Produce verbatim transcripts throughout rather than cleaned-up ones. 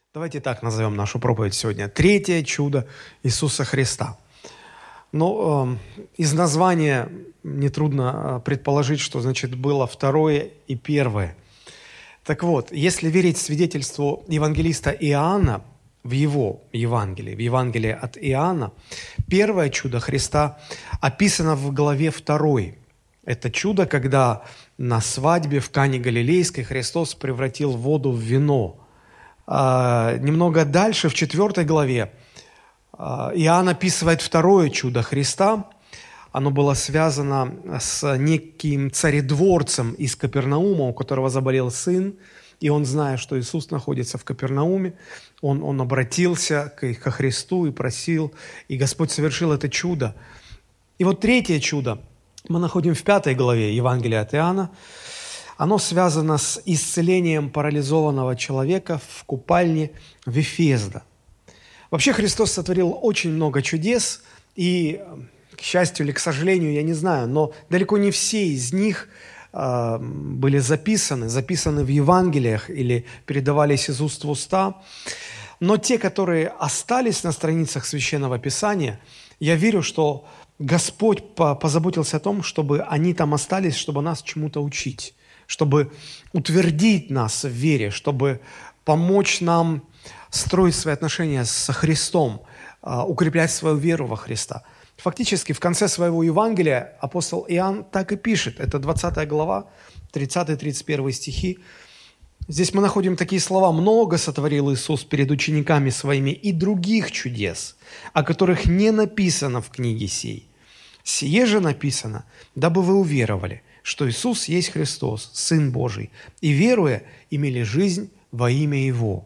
Давайте так назовем нашу проповедь сегодня. Третье чудо Иисуса Христа. Но э, из названия нетрудно предположить, что значит было второе и первое. Так вот, если верить свидетельству евангелиста Иоанна в его Евангелии, в Евангелии от Иоанна, первое чудо Христа описано в главе второй. Это чудо, когда на свадьбе в Кане Галилейской Христос превратил воду в вино. А, немного дальше, в четвертой главе, Иоанн описывает второе чудо Христа. Оно было связано с неким царедворцем из Капернаума, у которого заболел сын, и он, зная, что Иисус находится в Капернауме, он, он обратился к, ко Христу и просил, и Господь совершил это чудо. И вот третье чудо мы находим в пятой главе Евангелия от Иоанна. Оно связано с исцелением парализованного человека в купальне Вифезда. Вообще Христос сотворил очень много чудес, и, к счастью или к сожалению, я не знаю, но далеко не все из них э, были записаны, записаны в Евангелиях или передавались из уст в уста. Но те, которые остались на страницах Священного Писания, я верю, что Господь позаботился о том, чтобы они там остались, чтобы нас чему-то учить, чтобы утвердить нас в вере, чтобы помочь нам строить свои отношения со Христом, укреплять свою веру во Христа. Фактически в конце своего Евангелия апостол Иоанн так и пишет. Это двадцатая глава, тридцатый-тридцать первый стихи. Здесь мы находим такие слова: «Много сотворил Иисус перед учениками своими и других чудес, о которых не написано в книге сей. Сие же написано, дабы вы уверовали, что Иисус есть Христос, Сын Божий, и, веруя, имели жизнь во имя Его».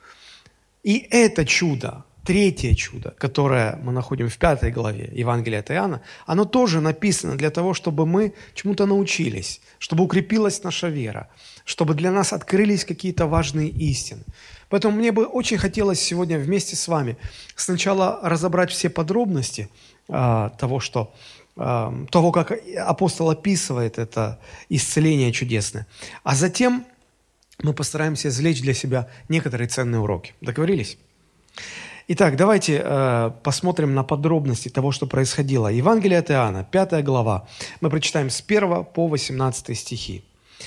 И это чудо, третье чудо, которое мы находим в пятой главе Евангелия от Иоанна, оно тоже написано для того, чтобы мы чему-то научились, чтобы укрепилась наша вера, чтобы для нас открылись какие-то важные истины. Поэтому мне бы очень хотелось сегодня вместе с вами сначала разобрать все подробности а, того, что, а, того, как апостол описывает это исцеление чудесное, а затем мы постараемся извлечь для себя некоторые ценные уроки. Договорились? Итак, давайте э, посмотрим на подробности того, что происходило. Евангелие от Иоанна, пятая глава. Мы прочитаем с первого по восемнадцатый стихи.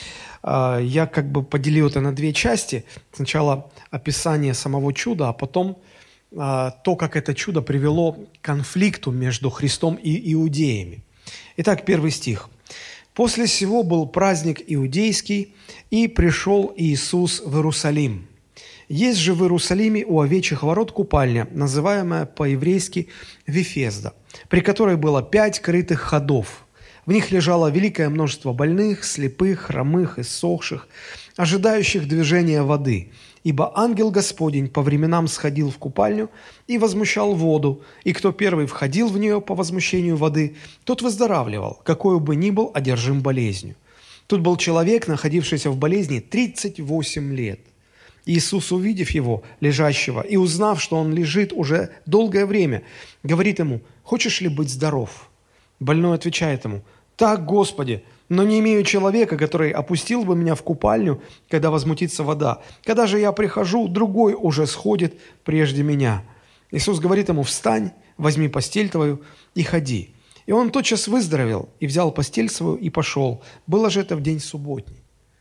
Э, я как бы поделил это на две части. Сначала описание самого чуда, а потом э, то, как это чудо привело к конфликту между Христом и иудеями. Итак, первый стих. «После сего был праздник иудейский, и пришел Иисус в Иерусалим. Есть же в Иерусалиме у овечьих ворот купальня, называемая по-еврейски Вифезда, при которой было пять крытых ходов. В них лежало великое множество больных, слепых, хромых, иссохших, ожидающих движения воды. Ибо ангел Господень по временам сходил в купальню и возмущал воду, и кто первый входил в нее по возмущению воды, тот выздоравливал, какой бы ни был одержим болезнью. Тут был человек, находившийся в болезни тридцать восемь лет. Иисус, увидев его, лежащего, и узнав, что он лежит уже долгое время, говорит ему: «Хочешь ли быть здоров?» Больной отвечает ему: «Так, Господи, но не имею человека, который опустил бы меня в купальню, когда возмутится вода. Когда же я прихожу, другой уже сходит прежде меня». Иисус говорит ему: «Встань, возьми постель твою и ходи». И он тотчас выздоровел, и взял постель свою, и пошел. Было же это в день субботний.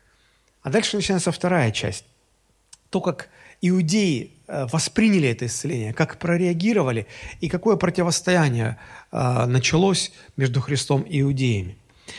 А дальше начинается вторая часть. То, как иудеи восприняли это исцеление, как прореагировали, и какое противостояние началось между Христом и иудеями.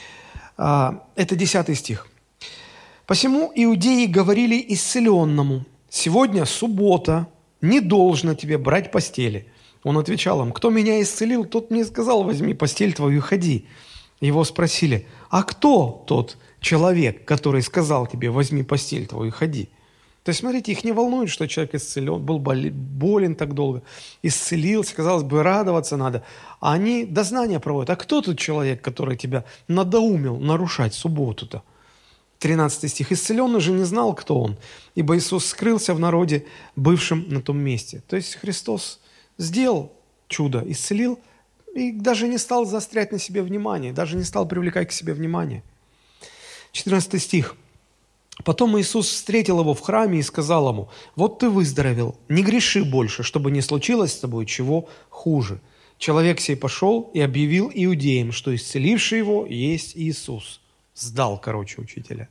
Это десятый стих. «Посему иудеи говорили исцеленному: сегодня суббота, не должно тебе брать постели». Он отвечал им: «Кто меня исцелил, тот мне сказал: возьми постель твою и ходи». Его спросили: «А кто тот человек, который сказал тебе: возьми постель твою и ходи?» То есть, смотрите, их не волнует, что человек исцелен, был болен так долго, исцелился, казалось бы, радоваться надо. А они дознание проводят. А кто тот человек, который тебя надоумил нарушать субботу-то? тринадцатый стих. «Исцеленный же не знал, кто он, ибо Иисус скрылся в народе, бывшем на том месте». То есть Христос сделал чудо, исцелил, и даже не стал заострять на себе внимание, даже не стал привлекать к себе внимание. четырнадцатый стих. Потом Иисус встретил его в храме и сказал ему: «Вот ты выздоровел, не греши больше, чтобы не случилось с тобой чего хуже». Человек сей пошел и объявил иудеям, что исцеливший его есть Иисус. Сдал, короче, учителя.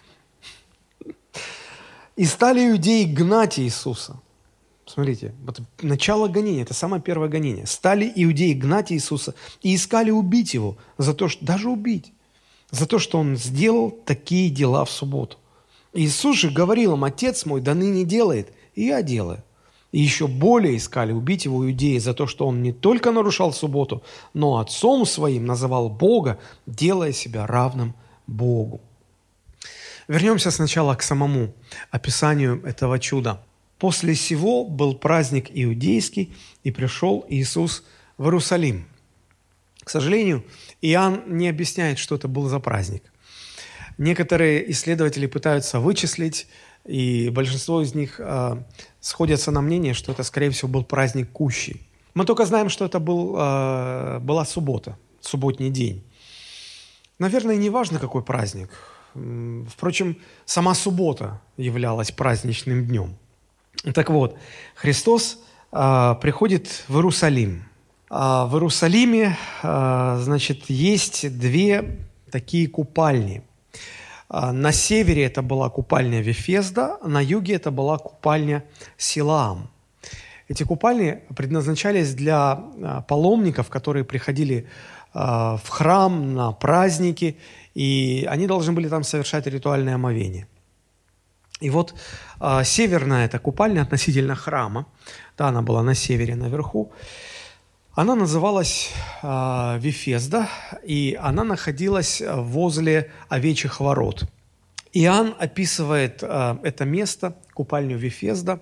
И стали иудеи гнать Иисуса. Смотрите, вот начало гонения, это самое первое гонение. Стали иудеи гнать Иисуса и искали убить его, за то, что, даже убить, за то, что он сделал такие дела в субботу. Иисус же говорил им: «Отец мой до ныне делает, и я делаю». И еще более искали убить его иудеи за то, что он не только нарушал субботу, но отцом своим называл Бога, делая себя равным Богу. Вернемся сначала к самому описанию этого чуда. «После сего был праздник иудейский, и пришел Иисус в Иерусалим». К сожалению, Иоанн не объясняет, что это был за праздник. Некоторые исследователи пытаются вычислить, и большинство из них э, сходятся на мнение, что это, скорее всего, был праздник Кущи. Мы только знаем, что это был, э, была суббота, субботний день. Наверное, не важно, какой праздник. Впрочем, сама суббота являлась праздничным днем. Так вот, Христос э, приходит в Иерусалим. А в Иерусалиме, э, значит, есть две такие купальни. На севере это была купальня Вифезда, на юге это была купальня Силаам. Эти купальни предназначались для паломников, которые приходили в храм на праздники, и они должны были там совершать ритуальное омовение. И вот северная эта купальня относительно храма, да, она была на севере, наверху, она называлась э, Вифезда, и она находилась возле овечьих ворот. Иоанн описывает э, это место, купальню Вифезда,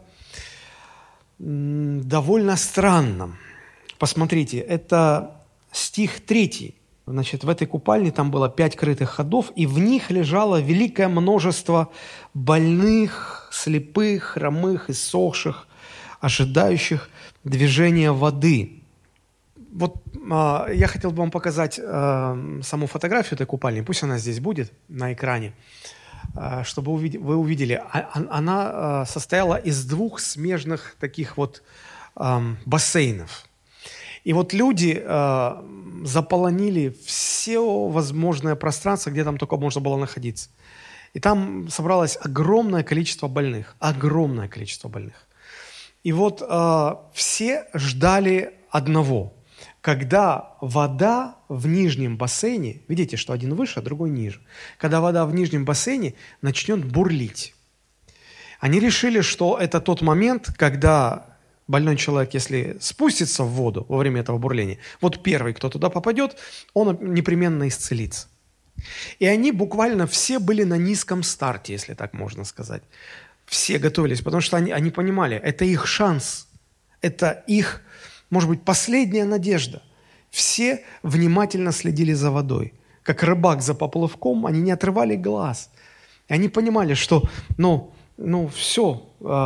м, довольно странно. Посмотрите, это стих третий. Значит, в этой купальне там было пять крытых ходов, и в них лежало великое множество больных, слепых, хромых, иссохших, ожидающих движения воды. Вот э, я хотел бы вам показать э, саму фотографию этой купальни, пусть она здесь будет на экране, э, чтобы увид- вы увидели. А, она э, состояла из двух смежных таких вот э, бассейнов. И вот люди э, заполонили все возможное пространство, где там только можно было находиться. И там собралось огромное количество больных, огромное количество больных. И вот э, все ждали одного. Когда вода в нижнем бассейне, видите, что один выше, а другой ниже, когда вода в нижнем бассейне начнет бурлить. Они решили, что это тот момент, когда больной человек, если спустится в воду во время этого бурления, вот первый, кто туда попадет, он непременно исцелится. И они буквально все были на низком старте, если так можно сказать. Все готовились, потому что они, они понимали, это их шанс, это их, может быть, последняя надежда. Все внимательно следили за водой. Как рыбак за поплавком, они не отрывали глаз. И они понимали, что, ну, ну все,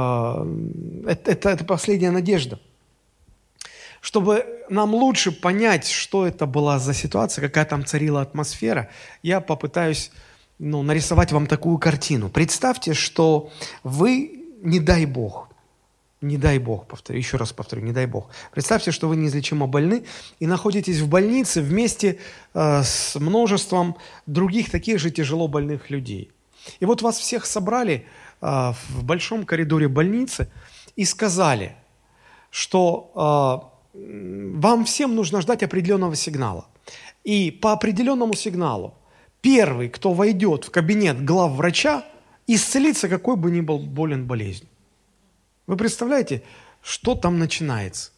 э, это, это, это последняя надежда. Чтобы нам лучше понять, что это была за ситуация, какая там царила атмосфера, я попытаюсь ну, нарисовать вам такую картину. Представьте, что вы, не дай Бог, не дай Бог, повторю, еще раз повторю, не дай Бог. Представьте, что вы неизлечимо больны и находитесь в больнице вместе э, с множеством других таких же тяжело больных людей. И вот вас всех собрали э, в большом коридоре больницы и сказали, что э, вам всем нужно ждать определенного сигнала. И по определенному сигналу первый, кто войдет в кабинет главврача, исцелится, какой бы ни был болен болезнью. Вы представляете, что там начинается?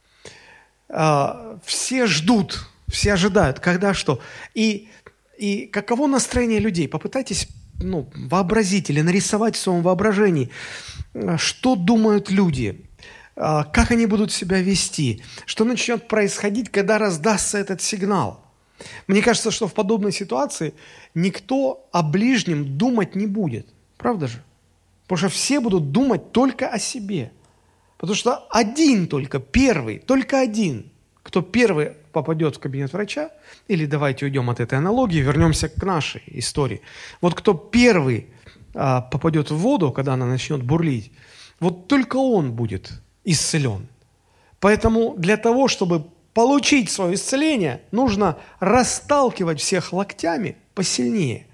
Все ждут, все ожидают, когда что. И, и каково настроение людей? Попытайтесь ну, вообразить или нарисовать в своем воображении, что думают люди, как они будут себя вести, что начнет происходить, когда раздастся этот сигнал. Мне кажется, что в подобной ситуации никто о ближнем думать не будет. Правда же? Потому что все будут думать только о себе. Потому что один только, первый, только один, кто первый попадет в кабинет врача, или давайте уйдем от этой аналогии, вернемся к нашей истории. Вот кто первый а, попадет в воду, когда она начнет бурлить, вот только он будет исцелен. Поэтому для того, чтобы получить свое исцеление, нужно расталкивать всех локтями посильнее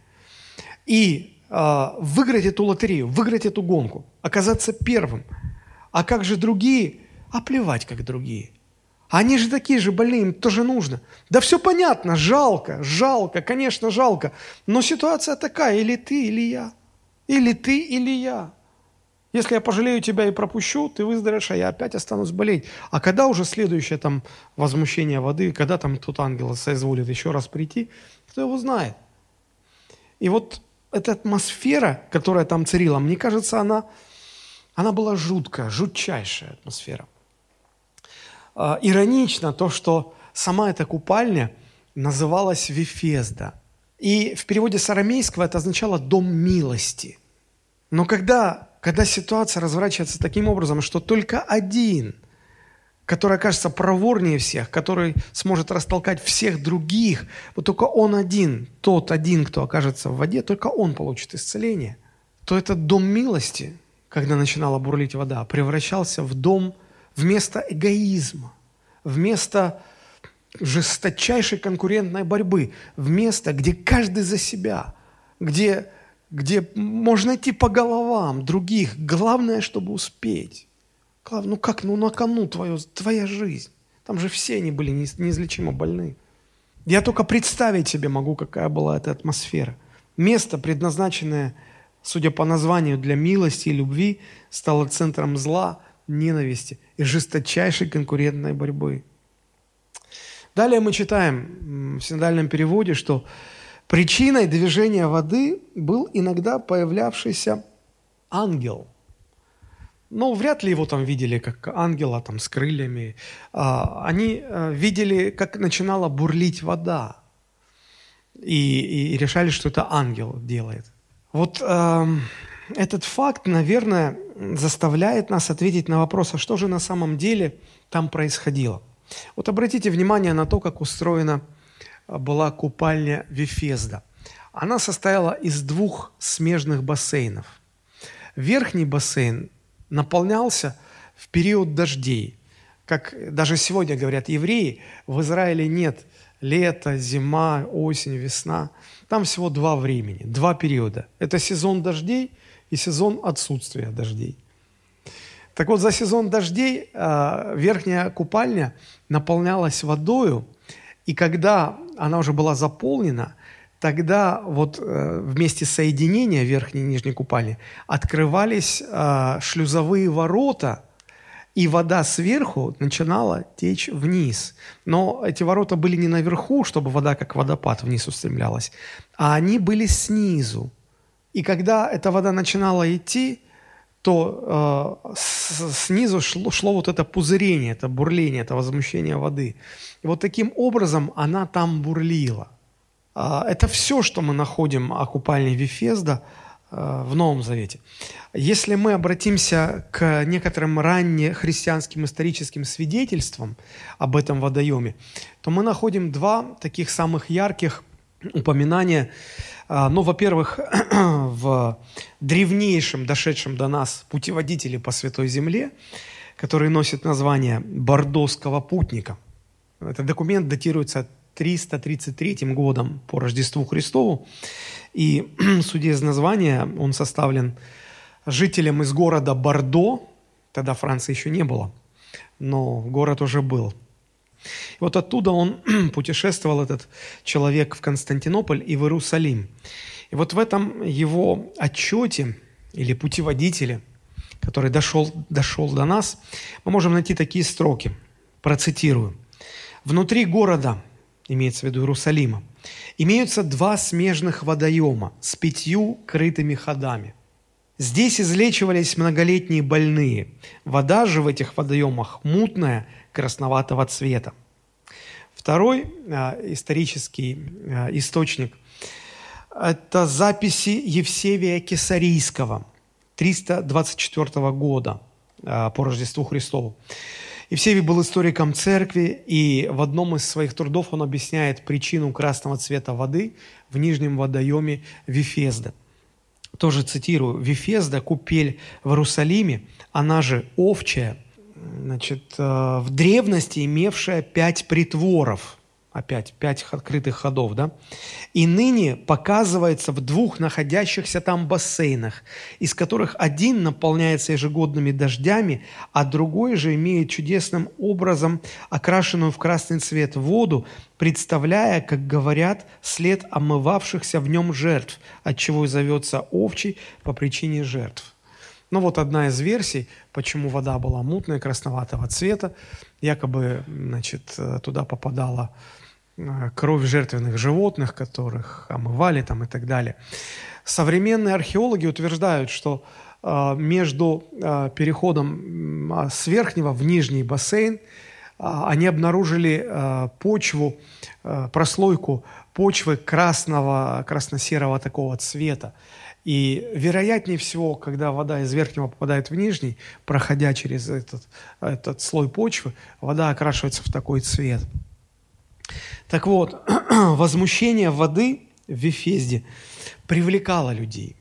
и э, выиграть эту лотерею, выиграть эту гонку, оказаться первым. А как же другие? А плевать, как другие. Они же такие же больные, им тоже нужно. Да все понятно, жалко, жалко, конечно, жалко. Но ситуация такая, или ты, или я. Или ты, или я. Если я пожалею тебя и пропущу, ты выздоровеешь, а я опять останусь болеть. А когда уже следующее там возмущение воды, когда там тот ангел соизволит еще раз прийти, кто его знает. И вот эта атмосфера, которая там царила, мне кажется, она, она была жуткая, жутчайшая атмосфера. А, иронично то, что сама эта купальня называлась Вифезда. И в переводе с арамейского это означало «дом милости». Но когда... Когда ситуация разворачивается таким образом, что только один, который окажется проворнее всех, который сможет растолкать всех других, вот только он один, тот один, кто окажется в воде, только он получит исцеление, то этот дом милости, когда начинала бурлить вода, превращался в дом вместо эгоизма, вместо жесточайшей конкурентной борьбы, в место, где каждый за себя, где... где можно идти по головам других. Главное, чтобы успеть. Главное, ну как, ну на кону твое, твоя жизнь. Там же все они были неизлечимо больны. Я только представить себе могу, какая была эта атмосфера. Место, предназначенное, судя по названию, для милости и любви, стало центром зла, ненависти и жесточайшей конкурентной борьбы. Далее мы читаем в синодальном переводе, что причиной движения воды был иногда появлявшийся ангел. Но вряд ли его там видели как ангела там, с крыльями. А, они а, видели, как начинала бурлить вода. И, и, и решали, что это ангел делает. Вот а, этот факт, наверное, заставляет нас ответить на вопрос, а что же на самом деле там происходило. Вот обратите внимание на то, как устроена была купальня Вифезда. Она состояла из двух смежных бассейнов. Верхний бассейн наполнялся в период дождей. Как даже сегодня говорят евреи, в Израиле нет лета, зима, осень, весна. Там всего два времени, два периода. Это сезон дождей и сезон отсутствия дождей. Так вот, за сезон дождей э, верхняя купальня наполнялась водою, и когда она уже была заполнена, тогда вот э, вместе соединения верхней и нижней купальни открывались э, шлюзовые ворота, и вода сверху начинала течь вниз. Но эти ворота были не наверху, чтобы вода как водопад вниз устремлялась, а они были снизу. И когда эта вода начинала идти, то э, с, снизу шло, шло вот это пузырение, это бурление, это возмущение воды. И вот таким образом она там бурлила. Э, это все, что мы находим о купальне Вифезда э, в Новом Завете. Если мы обратимся к некоторым раннехристианским историческим свидетельствам об этом водоеме, то мы находим два таких самых ярких упоминания. Ну, во-первых, в древнейшем, дошедшем до нас путеводителе по Святой Земле, который носит название «Бордосского путника». Этот документ датируется триста тридцать третьим годом по Рождеству Христову. И, судя из названия, он составлен жителем из города Бордо. Тогда Франции еще не было, но город уже был. И вот оттуда он путешествовал, этот человек, в Константинополь и в Иерусалим. И вот в этом его отчете или путеводителе, который дошел, дошел до нас, мы можем найти такие строки. Процитирую. «Внутри города, имеется в виду Иерусалима, имеются два смежных водоема с пятью крытыми ходами. Здесь излечивались многолетние больные. Вода же в этих водоемах мутная, красноватого цвета». Второй э, исторический э, источник – это записи Евсевия Кесарийского, триста двадцать четвёртого года э, по Рождеству Христову. Евсевий был историком церкви, и в одном из своих трудов он объясняет причину красного цвета воды в нижнем водоеме Вифезда. тоже цитирую, «Вифезда, купель в Иерусалиме, она же овчая, значит, в древности имевшая пять притворов». Опять пять открытых ходов, да? «И ныне показывается в двух находящихся там бассейнах, из которых один наполняется ежегодными дождями, а другой же имеет чудесным образом окрашенную в красный цвет воду, представляя, как говорят, след омывавшихся в нем жертв, отчего и зовется овчий по причине жертв». Ну вот одна из версий, почему вода была мутная, красноватого цвета, якобы, значит, туда попадала кровь жертвенных животных, которых омывали там и так далее. Современные археологи утверждают, что э, между э, переходом э, с верхнего в нижний бассейн э, они обнаружили э, почву, э, прослойку почвы красного, красно-серого такого цвета. И вероятнее всего, когда вода из верхнего попадает в нижний, проходя через этот, этот слой почвы, вода окрашивается в такой цвет. Так вот, возмущение воды в Вифезде привлекало людей.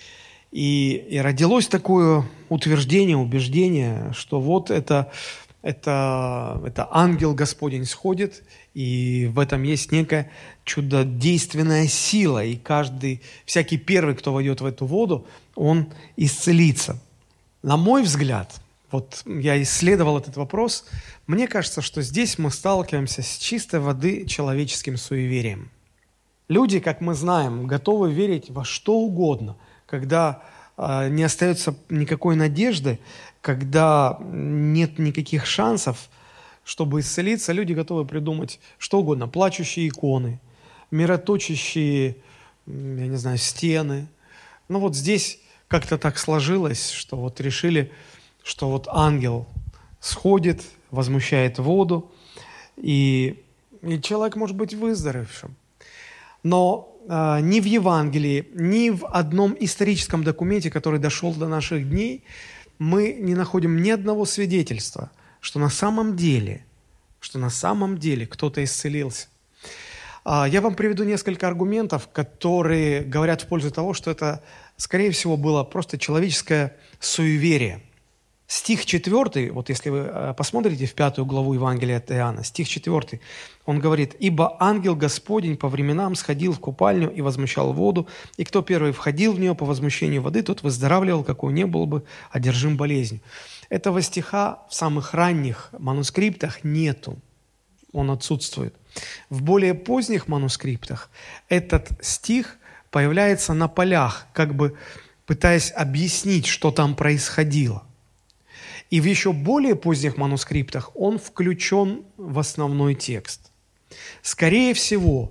И, и родилось такое утверждение, убеждение, что вот это, это, это ангел Господень сходит, и в этом есть некая чудодейственная сила, и каждый, всякий первый, кто войдет в эту воду, он исцелится. На мой взгляд, вот я исследовал этот вопрос, мне кажется, что здесь мы сталкиваемся с чистой воды человеческим суеверием. Люди, как мы знаем, готовы верить во что угодно, когда э, не остается никакой надежды, когда нет никаких шансов, чтобы исцелиться, люди готовы придумать что угодно. Плачущие иконы, мироточащие, я не знаю, стены. Ну вот здесь как-то так сложилось, что вот решили, что вот ангел сходит, возмущает воду, и, и человек может быть выздоровевшим. Но э, ни в Евангелии, ни в одном историческом документе, который дошел до наших дней, мы не находим ни одного свидетельства, что на самом деле, что на самом деле кто-то исцелился. Э, я вам приведу несколько аргументов, которые говорят в пользу того, что это, скорее всего, было просто человеческое суеверие. Стих четвертый, вот если вы посмотрите в пятую главу Евангелия от Иоанна, стих четвертый, он говорит: «Ибо ангел Господень по временам сходил в купальню и возмущал воду, и кто первый входил в нее по возмущению воды, тот выздоравливал, какой не был бы одержим болезнью». Этого стиха в самых ранних манускриптах нету, он отсутствует. В более поздних манускриптах этот стих появляется на полях, как бы пытаясь объяснить, что там происходило. И в еще более поздних манускриптах он включен в основной текст. Скорее всего,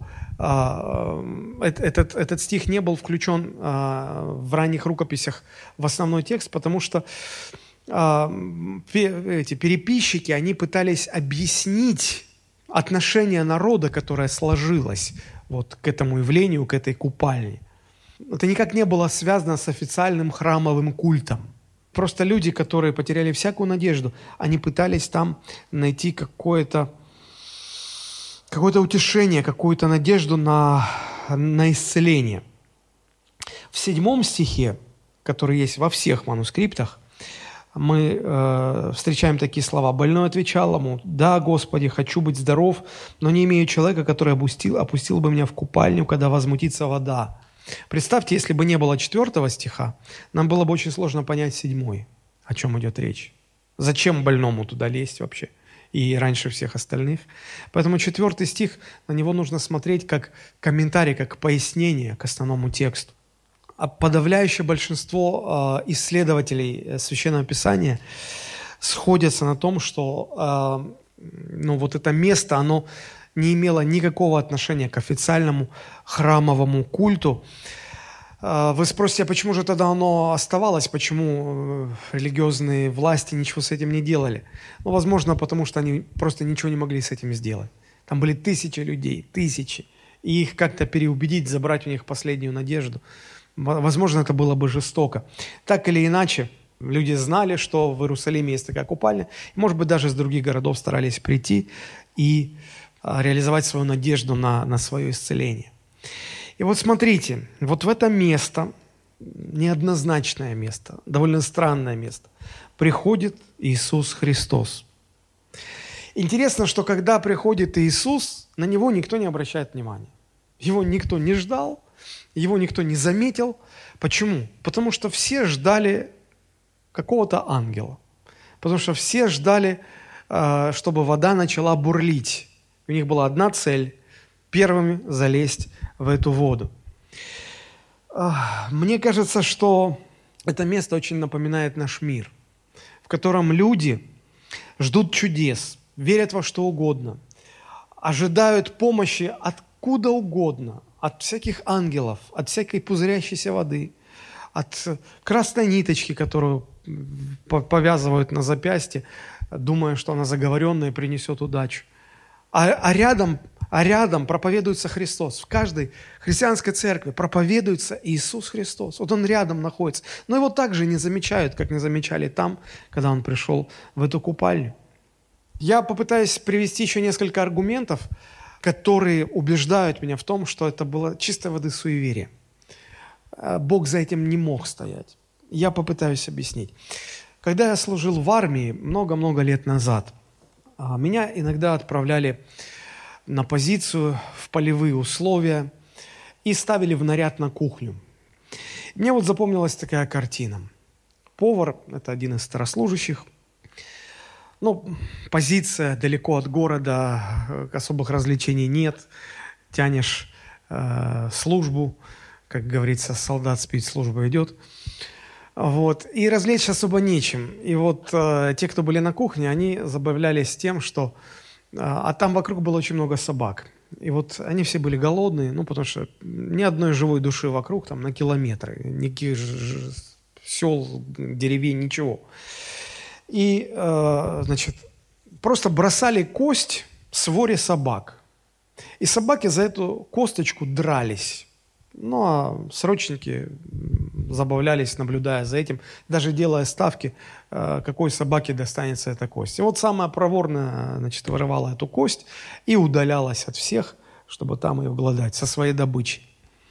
этот, этот стих не был включен в ранних рукописях в основной текст, потому что эти переписчики, они пытались объяснить отношение народа, которое сложилось вот к этому явлению, к этой купальне. Это никак не было связано с официальным храмовым культом. Просто люди, которые потеряли всякую надежду, они пытались там найти какое-то, какое-то утешение, какую-то надежду на, на исцеление. В седьмом стихе, который есть во всех манускриптах, мы э, встречаем такие слова. «Больной отвечал ему: да, Господи, хочу быть здоров, но не имею человека, который опустил, опустил бы меня в купальню, когда возмутится вода». Представьте, если бы не было четвертого стиха, нам было бы очень сложно понять седьмой, о чем идет речь. Зачем больному туда лезть вообще? И раньше всех остальных. Поэтому четвертый стих, на него нужно смотреть как комментарий, как пояснение к основному тексту. А подавляющее большинство э, исследователей Священного Писания сходятся на том, что э, ну, вот это место, оно не имело никакого отношения к официальному храмовому культу. Вы спросите, а почему же тогда оно оставалось, почему религиозные власти ничего с этим не делали? Ну, возможно, потому что они просто ничего не могли с этим сделать. Там были тысячи людей, тысячи, и их как-то переубедить, забрать у них последнюю надежду. Возможно, это было бы жестоко. Так или иначе, люди знали, что в Иерусалиме есть такая купальня, и, может быть, даже из других городов старались прийти и реализовать свою надежду на, на свое исцеление. И вот смотрите, вот в это место неоднозначное место, довольно странное место. Приходит Иисус Христос. Интересно, что когда приходит Иисус, на Него никто не обращает внимания. Его никто не ждал, Его никто не заметил. Почему? Потому что все ждали какого-то ангела. Потому что все ждали, чтобы вода начала бурлить. У них была одна цель – первыми залезть в эту воду. Мне кажется, что это место очень напоминает наш мир, в котором люди ждут чудес, верят во что угодно, ожидают помощи откуда угодно, от всяких ангелов, от всякой пузырящейся воды, от красной ниточки, которую повязывают на запястье, думая, что она заговоренная принесет удачу. А, а, рядом, а рядом проповедуется Христос. В каждой христианской церкви проповедуется Иисус Христос. Вот Он рядом находится. Но Его также не замечают, как не замечали там, когда Он пришел в эту купальню. Я попытаюсь привести еще несколько аргументов, которые убеждают меня в том, что это было чистой воды суеверие. Бог за этим не мог стоять. Я попытаюсь объяснить. Когда я служил в армии много-много лет назад, меня иногда отправляли на позицию в полевые условия и ставили в наряд на кухню. Мне вот запомнилась такая картина. Повар – это один из старослужащих. Ну, позиция далеко от города, особых развлечений нет. Тянешь э, службу, как говорится, солдат спит, служба идет. Вот. И развлечься особо нечем. И вот э, те, кто были на кухне, они забавлялись тем, что... Э, а там вокруг было очень много собак. И вот они все были голодные, ну, потому что ни одной живой души вокруг, там, на километры. Никаких ж- сел, деревень, ничего. И, э, значит, просто бросали кость своре собак. И собаки за эту косточку дрались. Ну, а срочники забавлялись, наблюдая за этим, даже делая ставки, какой собаке достанется эта кость. И вот самая проворная, значит, вырывала эту кость и удалялась от всех, чтобы там ее обглодать со своей добычей.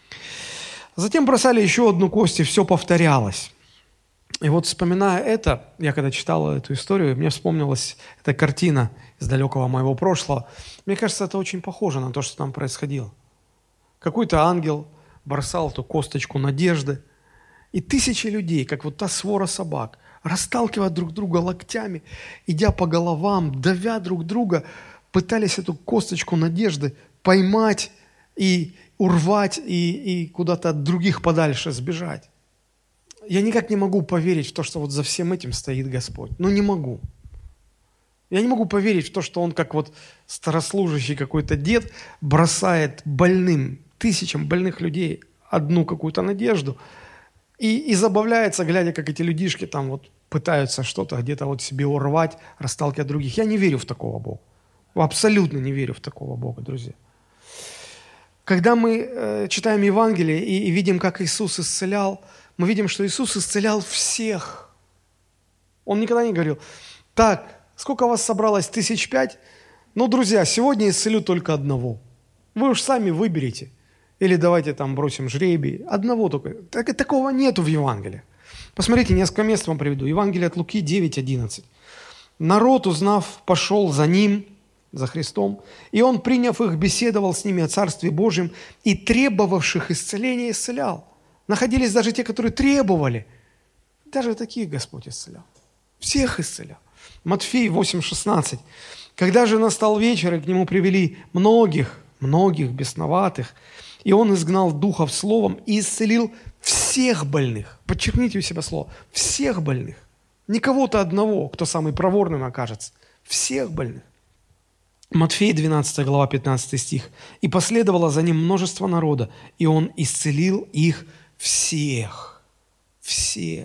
Затем бросали еще одну кость, и все повторялось. И вот, вспоминая это, я когда читал эту историю, мне вспомнилась эта картина из далекого моего прошлого. Мне кажется, это очень похоже на то, что там происходило. Какой-то ангел бросал эту косточку надежды, и тысячи людей, как вот та свора собак, расталкивая друг друга локтями, идя по головам, давя друг друга, пытались эту косточку надежды поймать и урвать, и, и куда-то от других подальше сбежать. Я никак не могу поверить в то, что вот за всем этим стоит Господь. Ну, не могу. Я не могу поверить в то, что Он, как вот старослужащий какой-то дед, бросает больным, тысячам больных людей одну какую-то надежду и, и забавляется, глядя, как эти людишки там вот пытаются что-то где-то вот себе урвать, расталкивать других. Я не верю в такого Бога. Абсолютно не верю в такого Бога, друзья. Когда мы э, читаем Евангелие и, и видим, как Иисус исцелял, мы видим, что Иисус исцелял всех. Он никогда не говорил: так, сколько вас собралось? Тысяч пять? Ну, друзья, сегодня исцелю только одного. Вы уж сами выберите. Или давайте там бросим жребий. Одного только. Так, такого нету в Евангелии. Посмотрите, несколько мест вам приведу. Евангелие от Луки девять одиннадцать. Народ, узнав, пошел за ним, за Христом, и он, приняв их, беседовал с ними о Царстве Божьем, и требовавших исцеления исцелял. Находились даже те, которые требовали. Даже таких Господь исцелял. Всех исцелял. Матфей восемь шестнадцать. Когда же настал вечер, и к нему привели многих, многих бесноватых, и он изгнал духов словом и исцелил всех больных. Подчеркните у себя слово. Всех больных. Не кого-то одного, кто самый проворным окажется. Всех больных. Матфея двенадцатая глава, пятнадцатый стих. «И последовало за ним множество народа, и он исцелил их всех». Всех.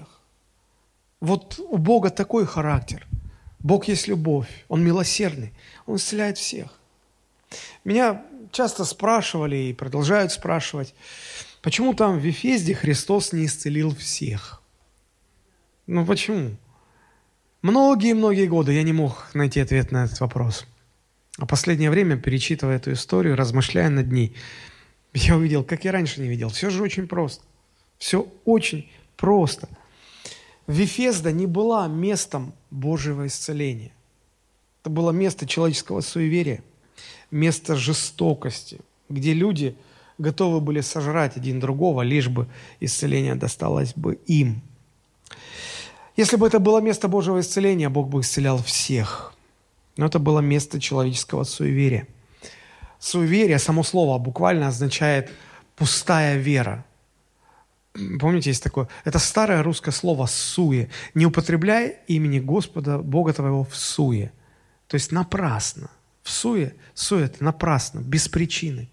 Вот у Бога такой характер. Бог есть любовь, Он милосердный, Он исцеляет всех. Меня часто спрашивали и продолжают спрашивать, почему там в Ефезде Христос не исцелил всех? Ну почему? Многие-многие годы я не мог найти ответ на этот вопрос. А последнее время, перечитывая эту историю, размышляя над ней, я увидел, как я раньше не видел. Все же очень просто. Все очень просто. Вифезда не была местом Божьего исцеления. Это было место человеческого суеверия, место жестокости, где люди готовы были сожрать один другого, лишь бы исцеление досталось бы им. Если бы это было место Божьего исцеления, Бог бы исцелял всех. Но это было место человеческого суеверия. Суеверие, само слово буквально означает «пустая вера». Помните, есть такое? Это старое русское слово «суе». Не употребляй имени Господа, Бога твоего в суе. То есть напрасно. В суе, суе – это напрасно, без причины.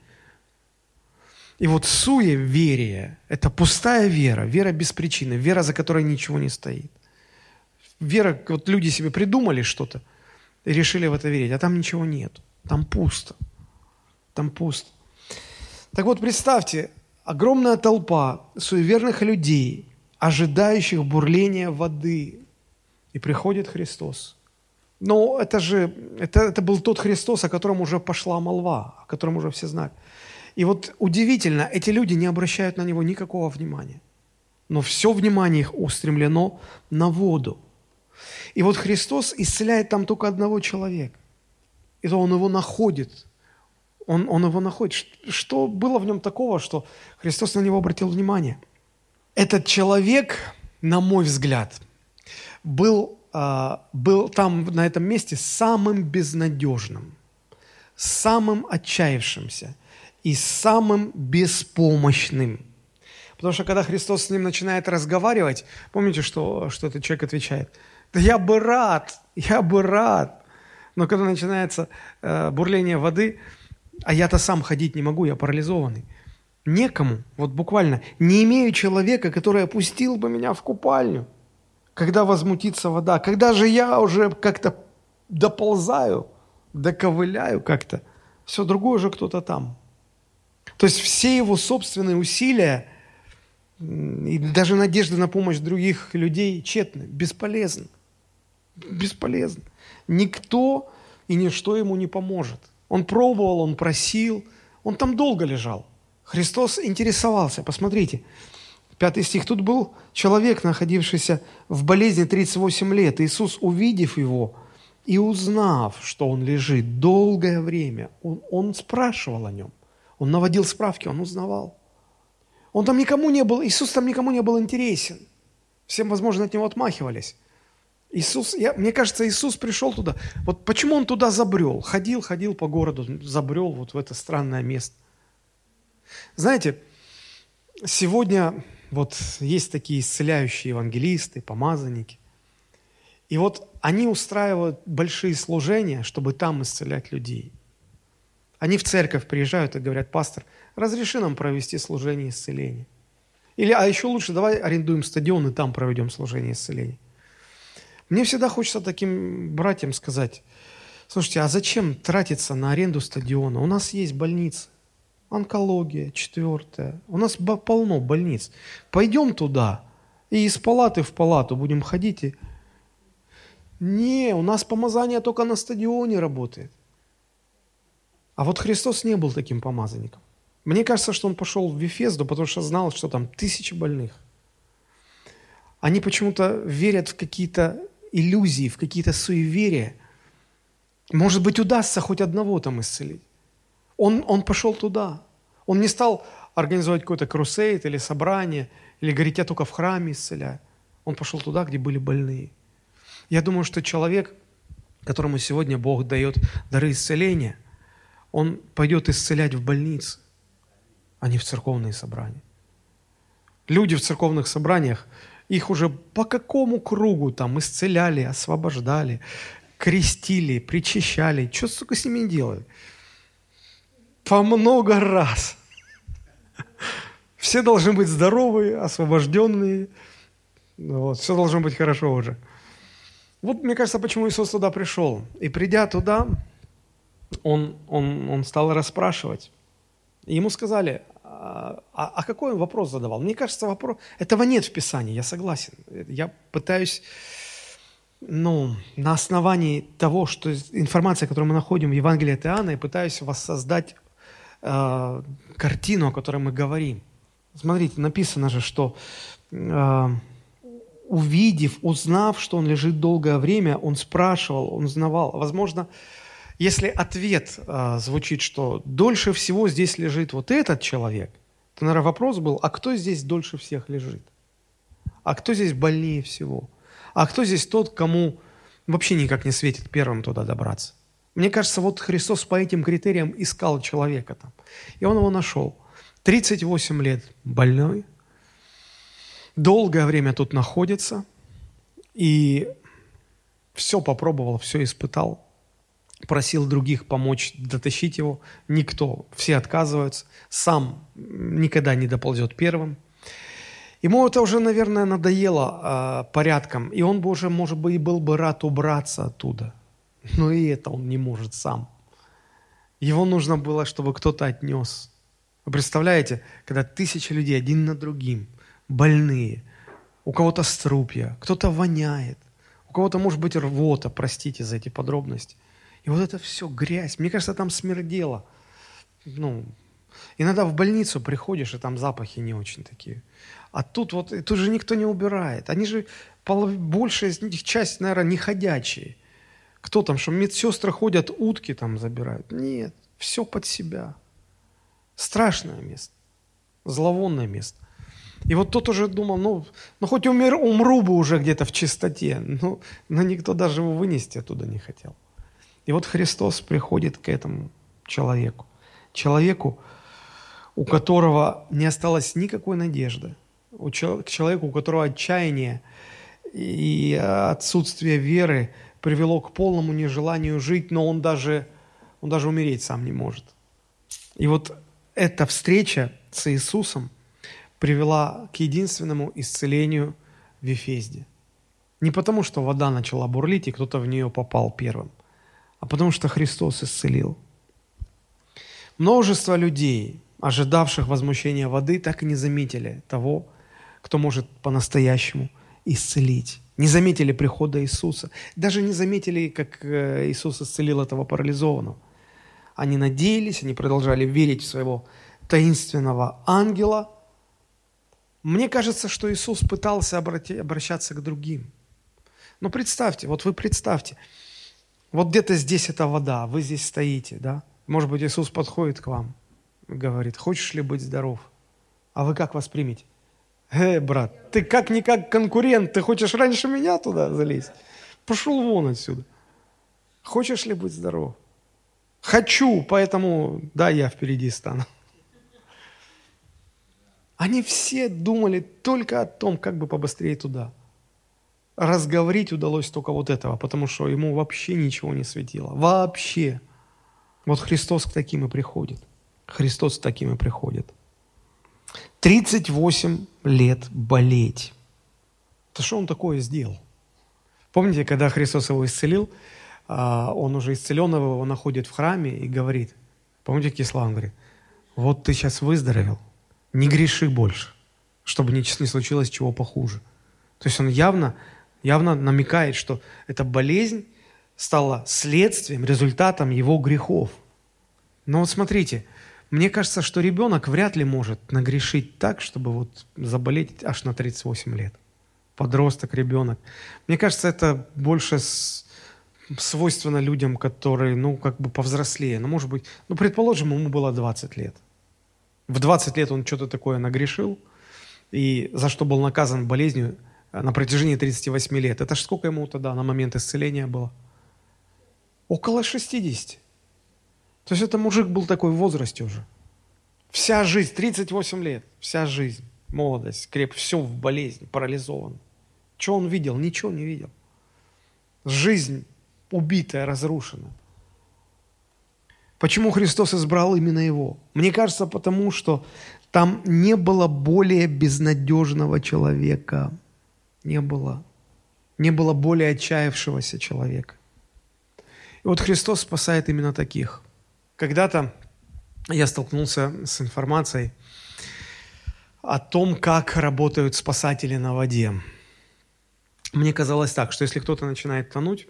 И вот суеверие – это пустая вера, вера без причины, вера, за которой ничего не стоит. Вера, вот люди себе придумали что-то и решили в это верить, а там ничего нет, там пусто, там пусто. Так вот, представьте, огромная толпа суеверных людей, ожидающих бурления воды, и приходит Христос. Но это же, это, это был тот Христос, о котором уже пошла молва, о котором уже все знают. И вот удивительно, эти люди не обращают на Него никакого внимания. Но все внимание их устремлено на воду. И вот Христос исцеляет там только одного человека. И то Он его находит. Он, он его находит. Что было в нем такого, что Христос на него обратил внимание? Этот человек, на мой взгляд, был, а, был там, на этом месте, самым безнадежным, самым отчаявшимся и самым беспомощным. Потому что когда Христос с ним начинает разговаривать, помните, что, что этот человек отвечает? Да я бы рад, я бы рад. Но когда начинается э, бурление воды, а я-то сам ходить не могу, я парализованный. Некому, вот буквально, не имею человека, который опустил бы меня в купальню, когда возмутится вода. Когда же я уже как-то доползаю, доковыляю как-то, все, другое уже кто-то там. То есть все его собственные усилия и даже надежды на помощь других людей тщетны, бесполезны. Бесполезно. Никто и ничто ему не поможет. Он пробовал, он просил, он там долго лежал. Христос интересовался. Посмотрите, пятый стих. Тут был человек, находившийся в болезни тридцать восемь лет. Иисус, увидев его и узнав, что он лежит долгое время, он, он спрашивал о нем. Он наводил справки, он узнавал. Он там никому не был, Иисус там никому не был интересен. Всем, возможно, от него отмахивались. Иисус, я, мне кажется, Иисус пришел туда. Вот почему он туда забрел? Ходил, ходил по городу, забрел вот в это странное место. Знаете, сегодня вот есть такие исцеляющие евангелисты, помазанники. И вот они устраивают большие служения, чтобы там исцелять людей. Они в церковь приезжают и говорят: пастор, разреши нам провести служение исцеления. Или, а еще лучше, давай арендуем стадион и там проведем служение исцеления. Мне всегда хочется таким братьям сказать: слушайте, а зачем тратиться на аренду стадиона? У нас есть больницы, онкология, четвертая. У нас полно больниц. Пойдем туда и из палаты в палату будем ходить. И... Не, у нас помазание только на стадионе работает. А вот Христос не был таким помазанником. Мне кажется, что Он пошел в Вифезду, потому что знал, что там тысячи больных. Они почему-то верят в какие-то иллюзии, в какие-то суеверия. Может быть, удастся хоть одного там исцелить. Он, он пошел туда. Он не стал организовать какой-то крусейд или собрание, или говорить: я только в храме исцеляю. Он пошел туда, где были больные. Я думаю, что человек, которому сегодня Бог дает дары исцеления, он пойдет исцелять в больнице, а не в церковные собрания. Люди в церковных собраниях, их уже по какому кругу там исцеляли, освобождали, крестили, причащали. Что, сука, с ними не делали? По много раз. Все должны быть здоровые, освобожденные. Вот, все должно быть хорошо уже. Вот, мне кажется, почему Иисус туда пришел. И придя туда, он, он, он стал расспрашивать. И ему сказали: а, а какой он вопрос задавал? Мне кажется, вопрос... Этого нет в Писании, я согласен. Я пытаюсь, ну, на основании того, что информация, которую мы находим в Евангелии от Иоанна, я пытаюсь воссоздать э, картину, о которой мы говорим. Смотрите, написано же, что э, увидев, узнав, что он лежит долгое время, он спрашивал, он узнавал. Возможно, если ответ э, звучит, что дольше всего здесь лежит вот этот человек, то, наверное, вопрос был, а кто здесь дольше всех лежит? А кто здесь больнее всего? А кто здесь тот, кому вообще никак не светит первым туда добраться? Мне кажется, вот Христос по этим критериям искал человека там. И он его нашел. тридцать восемь лет больной, долгое время тут находится, и все попробовал, все испытал, просил других помочь дотащить его. Никто, все отказываются, сам никогда не доползет первым. Ему это уже, наверное, надоело э, порядком, и он бы уже, может быть, и был бы рад убраться оттуда. Но и это он не может сам. Его нужно было, чтобы кто-то отнес. Вы представляете, когда тысячи людей один над другим, больные, у кого-то струпья, кто-то воняет, у кого-то, может быть, рвота, простите за эти подробности. И вот это все грязь. Мне кажется, там смердело. Ну, иногда в больницу приходишь, и там запахи не очень такие. А тут вот, и тут же никто не убирает. Они же, большая из них часть, наверное, не ходячие. Кто там, что медсестры ходят, утки там забирают? Нет, все под себя. Страшное место, зловонное место. И вот тот уже думал, ну, ну хоть умер, умру бы уже где-то в чистоте, но, но никто даже его вынести оттуда не хотел. И вот Христос приходит к этому человеку. Человеку, у которого не осталось никакой надежды. У человека, к человеку, у которого отчаяние и отсутствие веры привело к полному нежеланию жить, но он даже, он даже умереть сам не может. И вот эта встреча с Иисусом привела к единственному исцелению в Вифезде. Не потому, что вода начала бурлить, и кто-то в нее попал первым, а потому что Христос исцелил. Множество людей, ожидавших возмущения воды, так и не заметили того, кто может по-настоящему исцелить. Не заметили прихода Иисуса. Даже не заметили, как Иисус исцелил этого парализованного. Они надеялись, они продолжали верить в своего таинственного ангела. Мне кажется, что Иисус пытался обрати, обращаться к другим. Но представьте, вот вы представьте, вот где-то здесь эта вода, вы здесь стоите, да? Может быть, Иисус подходит к вам и говорит, хочешь ли быть здоров? А вы как воспримете? Э, брат, ты как-никак конкурент, ты хочешь раньше меня туда залезть? Пошел вон отсюда. Хочешь ли быть здоров? Хочу, поэтому, да, я впереди стану. Они все думали только о том, как бы побыстрее туда. Разговорить удалось только вот этого, потому что ему вообще ничего не светило. Вообще. Вот Христос к таким и приходит. Христос к таким и приходит. тридцать восемь лет болеть. Это что он такое сделал? Помните, когда Христос его исцелил, он уже исцеленного его находит в храме и говорит, помните, какие слова он говорит? Вот ты сейчас выздоровел, не греши больше, чтобы не случилось чего похуже. То есть он явно, явно намекает, что эта болезнь стала следствием, результатом его грехов. Но вот смотрите, мне кажется, что ребенок вряд ли может нагрешить так, чтобы вот заболеть аж на тридцать восемь лет. Подросток, ребенок. Мне кажется, это больше с... свойственно людям, которые, ну, как бы повзрослее. Ну, может быть, ну, предположим, ему было двадцать лет. В двадцать лет он что-то такое нагрешил, и за что был наказан болезнью на протяжении тридцати восьми лет. Это ж сколько ему тогда на момент исцеления было? Около шестидесяти. То есть это мужик был такой в возрасте уже. Вся жизнь, тридцать восемь лет, вся жизнь, молодость, креп, все в болезни, парализован. Что он видел? Ничего не видел. Жизнь убитая, разрушена. Почему Христос избрал именно его? Мне кажется, потому что там не было более безнадежного человека. Не было. Не было более отчаявшегося человека. И вот Христос спасает именно таких. Когда-то я столкнулся с информацией о том, как работают спасатели на воде. Мне казалось так, что если кто-то начинает тонуть,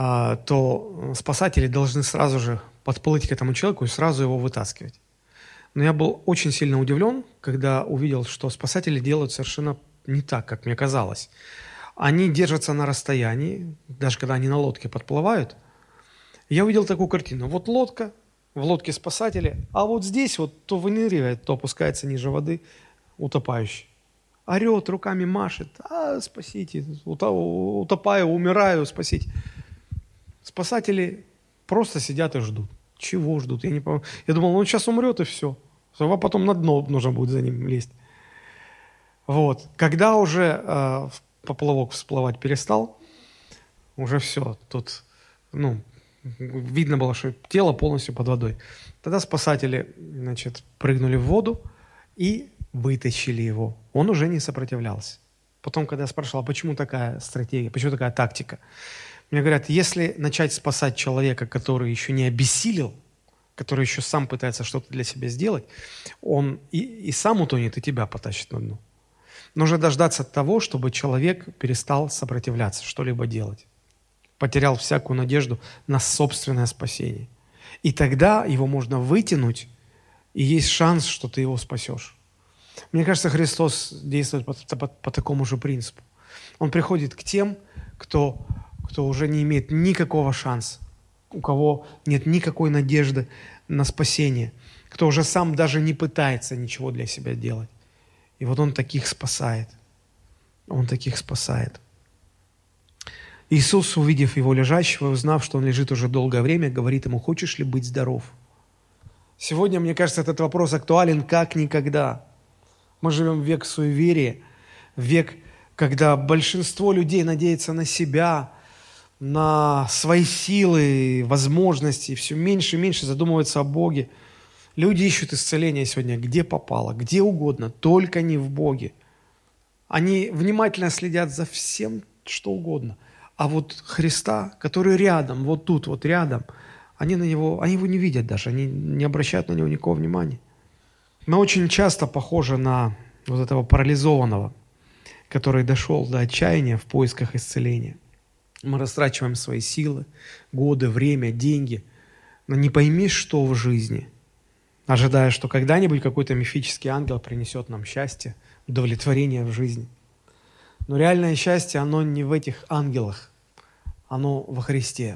то спасатели должны сразу же подплыть к этому человеку и сразу его вытаскивать. Но я был очень сильно удивлен, когда увидел, что спасатели делают совершенно не так, как мне казалось. Они держатся на расстоянии, даже когда они на лодке подплывают. Я увидел такую картину. Вот лодка, в лодке спасатели, а вот здесь вот то выныривает, то опускается ниже воды утопающий. Орет, руками машет. А, спасите, утопаю, умираю, спасите. Спасатели просто сидят и ждут. Чего ждут? Я не понимаю. Я думал, он сейчас умрет и все. А потом на дно нужно будет за ним лезть. Вот. Когда уже э, поплавок всплывать перестал, уже все. Тут, ну, видно было, что тело полностью под водой. Тогда спасатели, значит, прыгнули в воду и вытащили его. Он уже не сопротивлялся. Потом, когда я спрашивал, а почему такая стратегия, почему такая тактика, мне говорят, если начать спасать человека, который еще не обессилел, который еще сам пытается что-то для себя сделать, он и, и сам утонет, и тебя потащит на дно. Нужно дождаться того, чтобы человек перестал сопротивляться, что-либо делать. Потерял всякую надежду на собственное спасение. И тогда его можно вытянуть, и есть шанс, что ты его спасешь. Мне кажется, Христос действует по, по, по такому же принципу. Он приходит к тем, кто, кто уже не имеет никакого шанса, у кого нет никакой надежды на спасение, кто уже сам даже не пытается ничего для себя делать. И вот Он таких спасает. Он таких спасает. Иисус, увидев его лежащего, узнав, что он лежит уже долгое время, говорит ему, хочешь ли быть здоров? Сегодня, мне кажется, этот вопрос актуален как никогда. Мы живем в век суеверия, в век, когда большинство людей надеется на себя, на свои силы, возможности, все меньше и меньше задумываются о Боге. Люди ищут исцеления сегодня где попало, где угодно, только не в Боге. Они внимательно следят за всем, что угодно. А вот Христа, который рядом, вот тут, вот рядом, они, на него, они его не видят даже, они не обращают на него никакого внимания. Мы очень часто похожи на вот этого парализованного, который дошел до отчаяния в поисках исцеления. Мы растрачиваем свои силы, годы, время, деньги на не пойми что в жизни, ожидая, что когда-нибудь какой-то мифический ангел принесет нам счастье, удовлетворение в жизни. Но реальное счастье, оно не в этих ангелах, оно во Христе.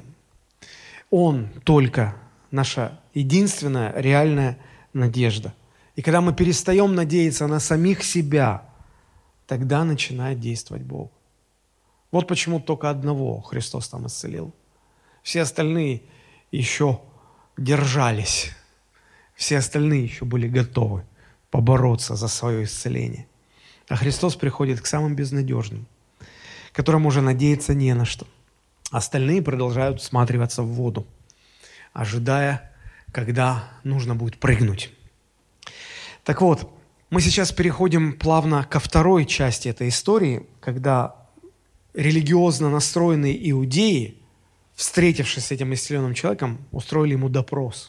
Он только наша единственная реальная надежда. И когда мы перестаем надеяться на самих себя, тогда начинает действовать Бог. Вот почему только одного Христос там исцелил. Все остальные еще держались. Все остальные еще были готовы побороться за свое исцеление. А Христос приходит к самым безнадежным, которым уже надеяться не на что. Остальные продолжают всматриваться в воду, ожидая, когда нужно будет прыгнуть. Так вот, мы сейчас переходим плавно ко второй части этой истории, когда религиозно настроенные иудеи, встретившись с этим исцеленным человеком, устроили ему допрос.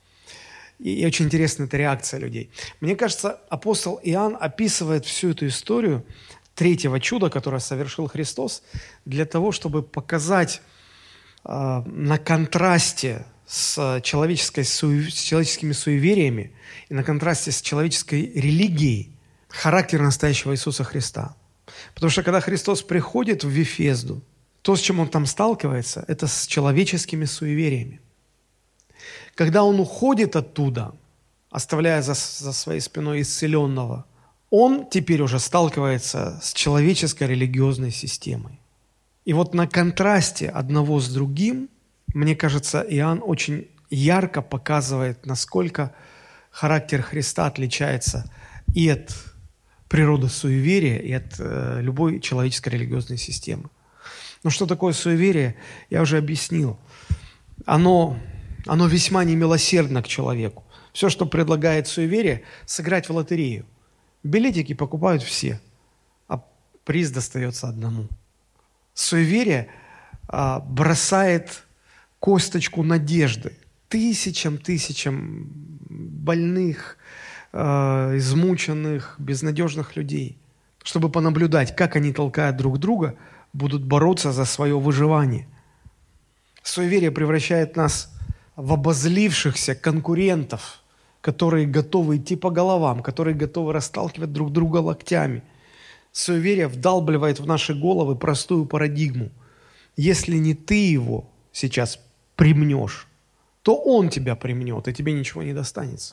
И очень интересна эта реакция людей. Мне кажется, апостол Иоанн описывает всю эту историю третьего чуда, которое совершил Христос, для того, чтобы показать э, на контрасте с, человеческой суе, с человеческими суевериями и на контрасте с человеческой религией характер настоящего Иисуса Христа. Потому что когда Христос приходит в Вифезду, то, с чем Он там сталкивается, это с человеческими суевериями. Когда Он уходит оттуда, оставляя за, за своей спиной исцеленного, Он теперь уже сталкивается с человеческой религиозной системой. И вот на контрасте одного с другим, мне кажется, Иоанн очень ярко показывает, насколько характер Христа отличается и от природы суеверия, и от э, любой человеческой религиозной системы. Но что такое суеверие, я уже объяснил. Оно, оно весьма немилосердно к человеку. Все, что предлагает суеверие, сыграть в лотерею. Билетики покупают все, а приз достается одному. Суеверие а, бросает косточку надежды тысячам, тысячам больных, а, измученных, безнадежных людей, чтобы понаблюдать, как они толкают друг друга, будут бороться за свое выживание. Суеверие превращает нас в обозлившихся конкурентов которые готовы идти по головам, которые готовы расталкивать друг друга локтями. Суеверие вдалбливает в наши головы простую парадигму. Если не ты его сейчас примнешь, то он тебя примнет, и тебе ничего не достанется.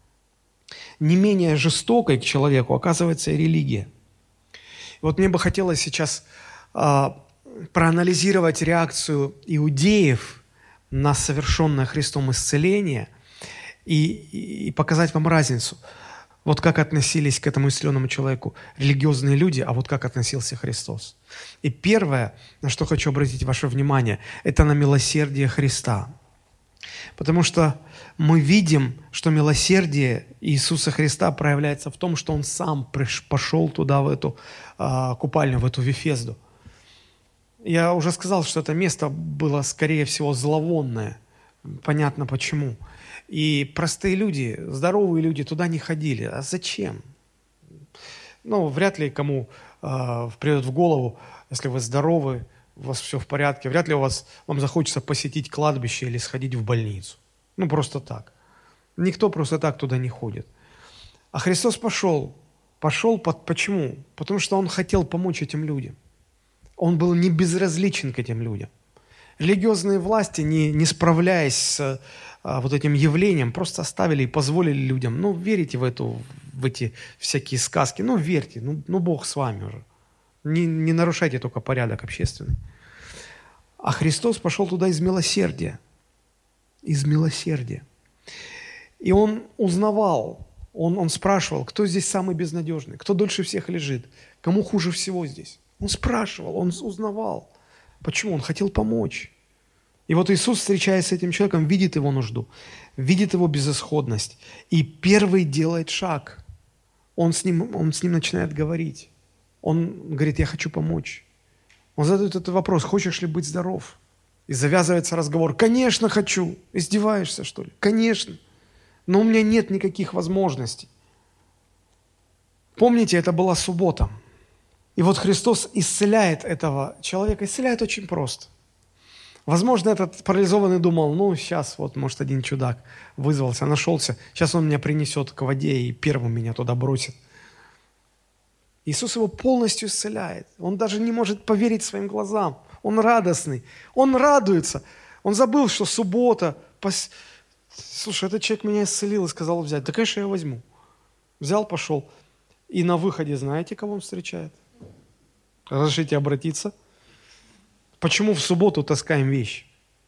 Не менее жестокой к человеку оказывается и религия. Вот мне бы хотелось сейчас а, проанализировать реакцию иудеев на совершенное Христом исцеление и, и, и показать вам разницу. Вот как относились к этому исцеленному человеку религиозные люди, а вот как относился Христос. И первое, на что хочу обратить ваше внимание, это на милосердие Христа. Потому что мы видим, что милосердие Иисуса Христа проявляется в том, что Он сам приш, пошел туда, в эту а, купальню, в эту Вифезду. Я уже сказал, что это место было, скорее всего, зловонное. Понятно почему. И простые люди, здоровые люди туда не ходили. А зачем? Ну, вряд ли кому э, придет в голову, если вы здоровы, у вас все в порядке, вряд ли у вас, вам захочется посетить кладбище или сходить в больницу. Ну, просто так. Никто просто так туда не ходит. А Христос пошел. Пошел под, почему? Потому что Он хотел помочь этим людям. Он был не безразличен к этим людям. Религиозные власти, не, не справляясь с а, вот этим явлением, просто оставили и позволили людям, ну, верите в, эту, в эти всякие сказки, ну, верьте, ну, ну Бог с вами уже. Не, не нарушайте только порядок общественный. А Христос пошел туда из милосердия. Из милосердия. И Он узнавал, он, он спрашивал, кто здесь самый безнадежный, кто дольше всех лежит, кому хуже всего здесь. Он спрашивал, Он узнавал. Почему? Он хотел помочь. И вот Иисус, встречаясь с этим человеком, видит его нужду, видит его безысходность. И первый делает шаг. Он с ним, он с ним начинает говорить. Он говорит, я хочу помочь. Он задает этот вопрос, хочешь ли быть здоров? И завязывается разговор. Конечно, хочу. Издеваешься, что ли? Конечно. Но у меня нет никаких возможностей. Помните, это была суббота. И вот Христос исцеляет этого человека, исцеляет очень просто. Возможно, этот парализованный думал, ну, сейчас вот, может, один чудак вызвался, нашелся, сейчас он меня принесет к воде и первым меня туда бросит. Иисус его полностью исцеляет. Он даже не может поверить своим глазам. Он радостный, он радуется. Он забыл, что суббота. Пос... Слушай, этот человек меня исцелил и сказал взять. Да, конечно, я возьму. Взял, пошел. И на выходе знаете, кого он встречает? Разрешите обратиться. Почему в субботу таскаем вещи?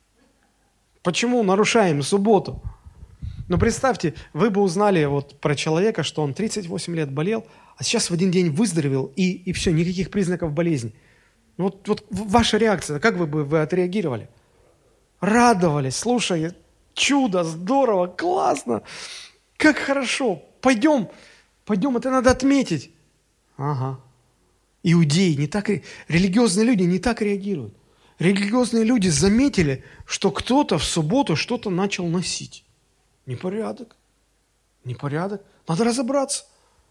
Почему нарушаем субботу? Ну, представьте, вы бы узнали вот про человека, что он тридцать восемь лет болел, а сейчас в один день выздоровел, и, и все, никаких признаков болезни. Вот, вот ваша реакция, как вы бы вы отреагировали? Радовались, слушай, чудо, здорово, классно, как хорошо, пойдем, пойдем, это надо отметить. Ага. Иудеи не так, религиозные люди не так реагируют. Религиозные люди заметили, что кто-то в субботу что-то начал носить. Непорядок. Непорядок. Надо разобраться.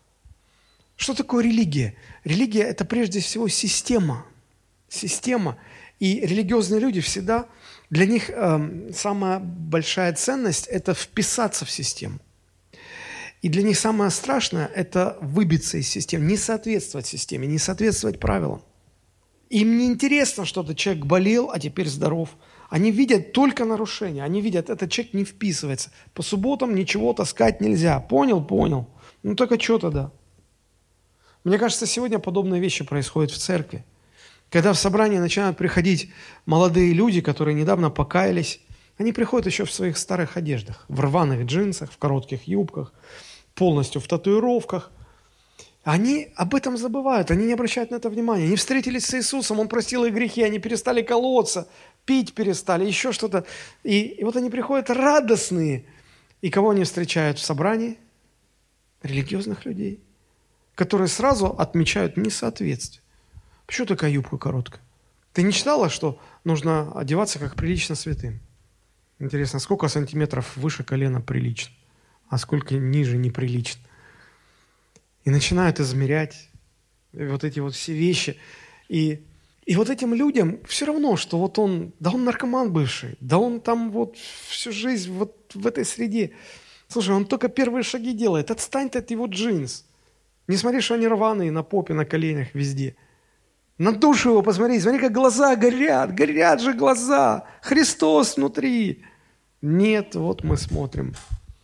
Что такое религия? Религия – это прежде всего система. Система. И религиозные люди всегда, для них э, самая большая ценность – это вписаться в систему. И для них самое страшное – это выбиться из системы, не соответствовать системе, не соответствовать правилам. Им не интересно, что этот человек болел, а теперь здоров. Они видят только нарушения. Они видят, этот человек не вписывается. По субботам ничего таскать нельзя. Понял? Понял. Ну только что тогда? Мне кажется, сегодня подобные вещи происходят в церкви. Когда в собрание начинают приходить молодые люди, которые недавно покаялись, они приходят еще в своих старых одеждах, в рваных джинсах, в коротких юбках, полностью в татуировках. Они об этом забывают, они не обращают на это внимания. Они встретились с Иисусом, Он простил их грехи, они перестали колоться, пить перестали, еще что-то. И, и вот они приходят радостные. И кого они встречают в собрании? Религиозных людей, которые сразу отмечают несоответствие. Почему такая юбка короткая? Ты не читала, что нужно одеваться как прилично святым? Интересно, сколько сантиметров выше колена прилично, а сколько ниже неприлично? И начинают измерять вот эти вот все вещи. И, и вот этим людям все равно, что вот он, да он наркоман бывший, да он там вот всю жизнь вот в этой среде. Слушай, он только первые шаги делает. Отстань ты от его джинс. Не смотри, что они рваные на попе, на коленях, везде. На душу его посмотри. Смотри, как глаза горят. Горят же глаза. Христос внутри. Нет, вот мы смотрим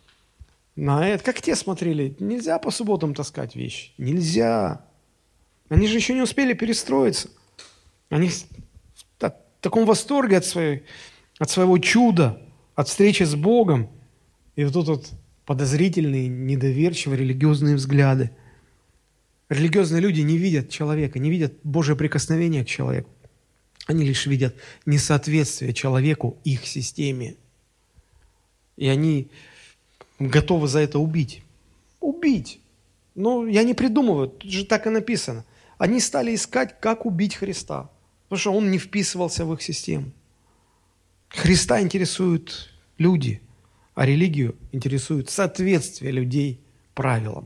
на это. Как те смотрели? Нельзя по субботам таскать вещи. Нельзя. Они же еще не успели перестроиться. Они в таком восторге от, своей, от своего чуда, от встречи с Богом. И вот тут вот подозрительные, недоверчивые религиозные взгляды. Религиозные люди не видят человека, не видят Божье прикосновение к человеку. Они лишь видят несоответствие человеку их системе. И они готовы за это убить. Убить. Ну, я не придумываю, тут же так и написано. Они стали искать, как убить Христа, потому что Он не вписывался в их систему. Христа интересуют люди, а религию интересует соответствие людей правилам.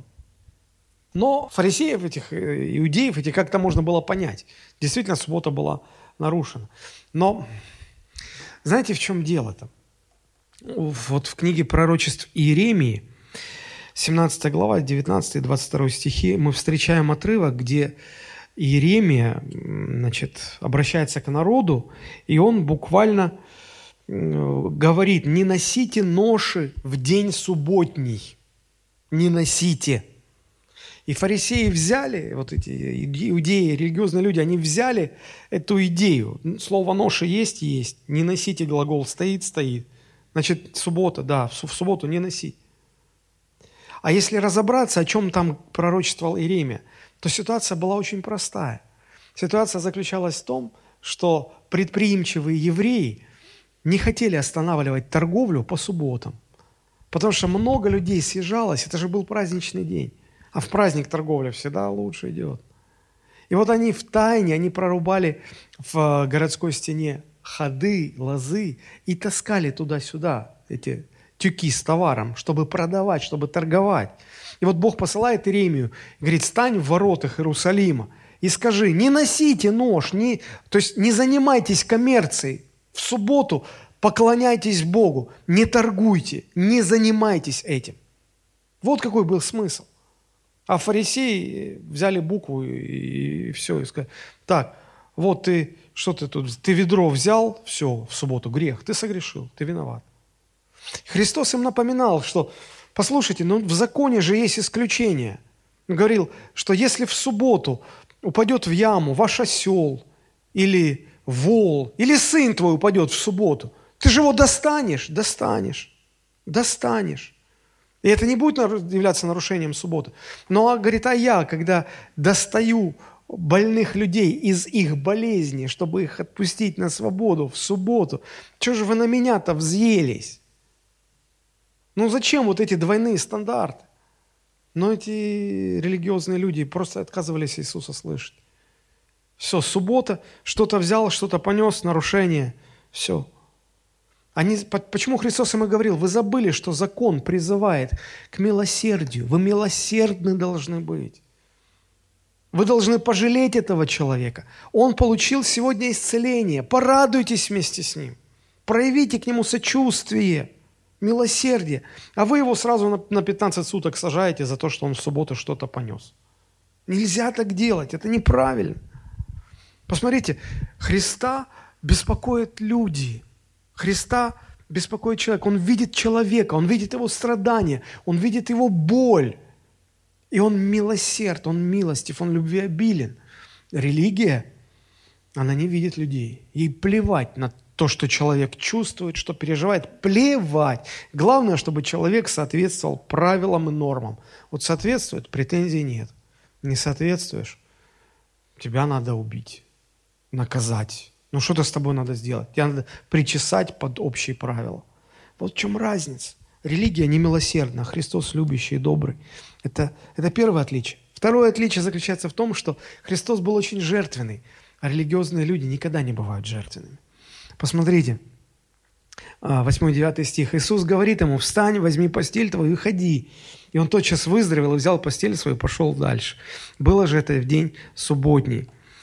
Но фарисеев этих, иудеев этих как-то можно было понять. Действительно, суббота была нарушена. Но знаете, в чем дело-то? Вот в книге пророчеств Иеремии, семнадцатая глава, девятнадцатый и двадцать второй стихи, мы встречаем отрывок, где Иеремия, значит, обращается к народу, и он буквально говорит: «Не носите ноши в день субботний, не носите». И фарисеи взяли, вот эти иудеи, религиозные люди, они взяли эту идею. Слово «ноши» есть, есть. Не носите, глагол стоит, стоит. Значит, суббота, да, в субботу не носить. А если разобраться, о чем там пророчествовал Иеремия, то ситуация была очень простая. Ситуация заключалась в том, что предприимчивые евреи не хотели останавливать торговлю по субботам, потому что много людей съезжалось, это же был праздничный день. А в праздник торговля всегда лучше идет. И вот они втайне, они прорубали в городской стене ходы, лозы и таскали туда-сюда эти тюки с товаром, чтобы продавать, чтобы торговать. И вот Бог посылает Иеремию, говорит: «Стань в воротах Иерусалима и скажи: не носите нож, не, то есть не занимайтесь коммерцией в субботу, поклоняйтесь Богу, не торгуйте, не занимайтесь этим». Вот какой был смысл. А фарисеи взяли букву и, и все, и сказали: так, вот ты, что ты тут, ты ведро взял, все, в субботу, грех, ты согрешил, ты виноват. Христос им напоминал, что, послушайте, ну в законе же есть исключение. Он говорил, что если в субботу упадет в яму ваш осел, или вол, или сын твой упадет в субботу, ты же его достанешь, достанешь, достанешь. И это не будет являться нарушением субботы. Но, говорит, а я, когда достаю больных людей из их болезни, чтобы их отпустить на свободу в субботу, что же вы на меня-то взъелись? Ну зачем вот эти двойные стандарты? Но эти религиозные люди просто отказывались Иисуса слышать. Все, суббота, что-то взял, что-то понес, нарушение, все. Они, почему Христос им и говорил: вы забыли, что закон призывает к милосердию, вы милосердны должны быть. Вы должны пожалеть этого человека. Он получил сегодня исцеление, порадуйтесь вместе с ним, проявите к нему сочувствие, милосердие, а вы его сразу на пятнадцать суток сажаете за то, что он в субботу что-то понес. Нельзя так делать, это неправильно. Посмотрите, Христа беспокоят люди. Христа беспокоит человек. Он видит человека, он видит его страдания, он видит его боль. И он милосерд, он милостив, он любвеобилен. Религия, она не видит людей. Ей плевать на то, что человек чувствует, что переживает. Плевать. Главное, чтобы человек соответствовал правилам и нормам. Вот соответствует, претензий нет. Не соответствуешь, тебя надо убить, наказать. Ну, что-то с тобой надо сделать. Тебя надо причесать под общие правила. Вот в чем разница. Религия не милосердна, а Христос любящий и добрый. Это, это первое отличие. Второе отличие заключается в том, что Христос был очень жертвенный, а религиозные люди никогда не бывают жертвенными. Посмотрите, восьмой-девятый стих. Иисус говорит ему: «Встань, возьми постель твою и ходи». И он тотчас выздоровел и взял постель свою и пошел дальше. Было же это в день субботний.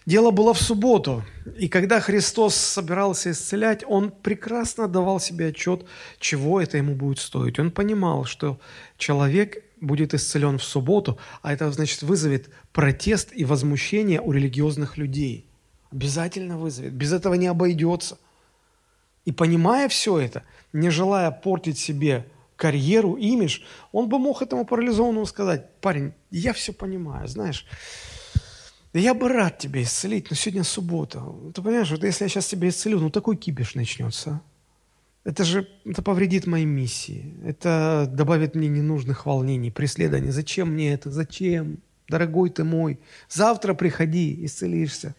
Дело было в субботу, и когда Христос собирался исцелять, Он прекрасно давал себе отчет, чего это Ему будет стоить. Он понимал, что человек будет исцелен в субботу, а это, значит, вызовет протест и возмущение у религиозных людей. Обязательно вызовет, без этого не обойдется. И понимая все это, не желая портить себе карьеру, имидж, он бы мог этому парализованному сказать: парень, я все понимаю, знаешь, я бы рад тебя исцелить, но сегодня суббота. Ты понимаешь, вот если я сейчас тебя исцелю, ну такой кипиш начнется. Это же это повредит моей миссии. Это добавит мне ненужных волнений, преследований. Зачем мне это? Зачем? Дорогой ты мой, завтра приходи, исцелишься.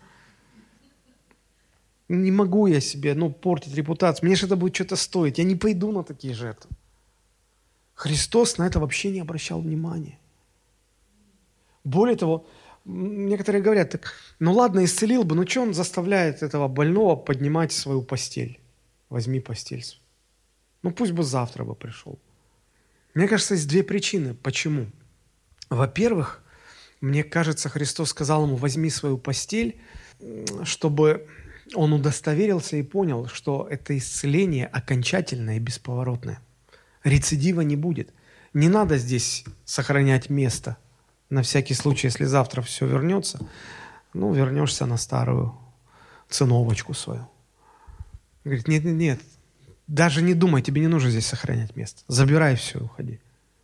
Не могу я себе, ну, портить репутацию. Мне же это будет что-то стоить. Я не пойду на такие жертвы. Христос на это вообще не обращал внимания. Более того, некоторые говорят: так, ну ладно, исцелил бы, но что он заставляет этого больного поднимать свою постель? Возьми постель. Ну пусть бы завтра бы пришел. Мне кажется, есть две причины. Почему? Во-первых, мне кажется, Христос сказал ему: возьми свою постель, чтобы он удостоверился и понял, что это исцеление окончательное и бесповоротное. Рецидива не будет. Не надо здесь сохранять место. На всякий случай, если завтра все вернется, ну, вернешься на старую циновочку свою. Говорит: нет, нет, нет, даже не думай, тебе не нужно здесь сохранять место. Забирай все и уходи.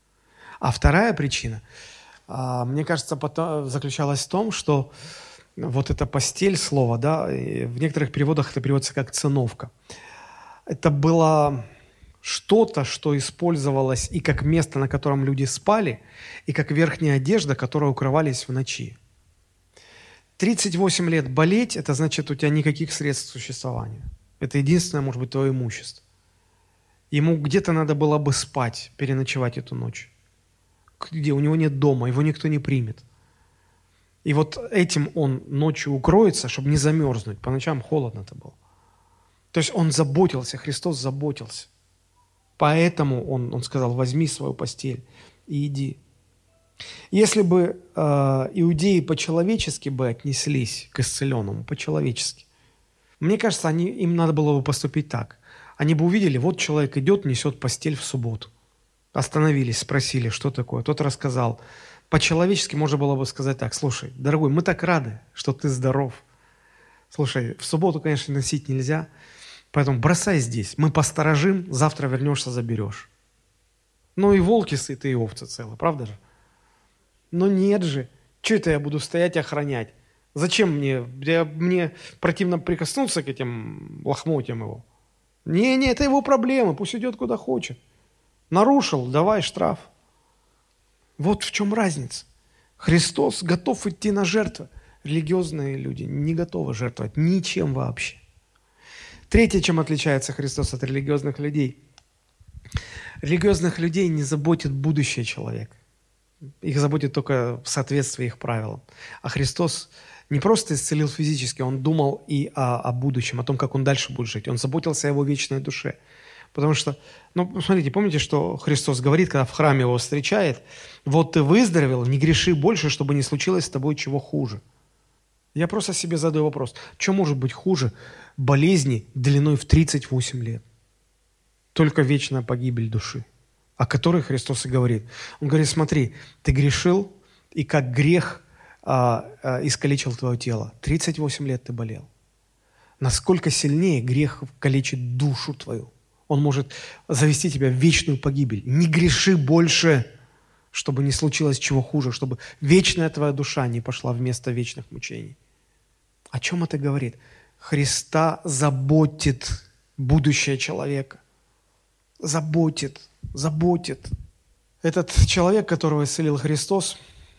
А вторая причина, мне кажется, заключалась в том, что вот эта постель, слово, да, в некоторых переводах это переводится как циновка. Это было что-то, что использовалось и как место, на котором люди спали, и как верхняя одежда, которой укрывались в ночи. тридцать восемь лет болеть – это значит, у тебя никаких средств существования. Это единственное, может быть, твое имущество. Ему где-то надо было бы спать, переночевать эту ночь. Где у него нет дома, его никто не примет. И вот этим он ночью укроется, чтобы не замерзнуть. По ночам холодно-то было. То есть он заботился, Христос заботился. Поэтому он, он сказал: возьми свою постель и иди. Если бы э, иудеи по-человечески бы отнеслись к исцеленному, по-человечески, мне кажется, они, им надо было бы поступить так. Они бы увидели: вот человек идет, несет постель в субботу. Остановились, спросили, что такое. Тот рассказал. По-человечески можно было бы сказать так: слушай, дорогой, мы так рады, что ты здоров. Слушай, в субботу, конечно, носить нельзя, поэтому бросай здесь, мы посторожим, завтра вернешься, заберешь. Ну и волки сыты, и овцы целы, правда же? Но нет же, что это я буду стоять и охранять? Зачем мне? Я, мне противно прикоснуться к этим лохмотьям его. Не-не, это его проблемы, пусть идет куда хочет. Нарушил, давай штраф. Вот в чем разница. Христос готов идти на жертвы. Религиозные люди не готовы жертвовать ничем вообще. Третье, чем отличается Христос от религиозных людей. Религиозных людей не заботит будущее человека. Их заботит только в соответствии их правилам. А Христос не просто исцелил физически, Он думал и о, о будущем, о том, как Он дальше будет жить. Он заботился о его вечной душе. Потому что, ну, смотрите, помните, что Христос говорит, когда в храме его встречает: вот ты выздоровел, не греши больше, чтобы не случилось с тобой чего хуже. Я просто себе задаю вопрос: что может быть хуже болезни длиной в тридцать восемь лет? Только вечная погибель души, о которой Христос и говорит. Он говорит: смотри, ты грешил, и как грех а, а, искалечил твое тело. тридцать восемь лет ты болел. Насколько сильнее грех калечит душу твою. Он может завести тебя в вечную погибель. Не греши больше, чтобы не случилось чего хуже, чтобы вечная твоя душа не пошла вместо вечных мучений. О чем это говорит? Христа заботит будущее человека. Заботит, заботит. Этот человек, которого исцелил Христос,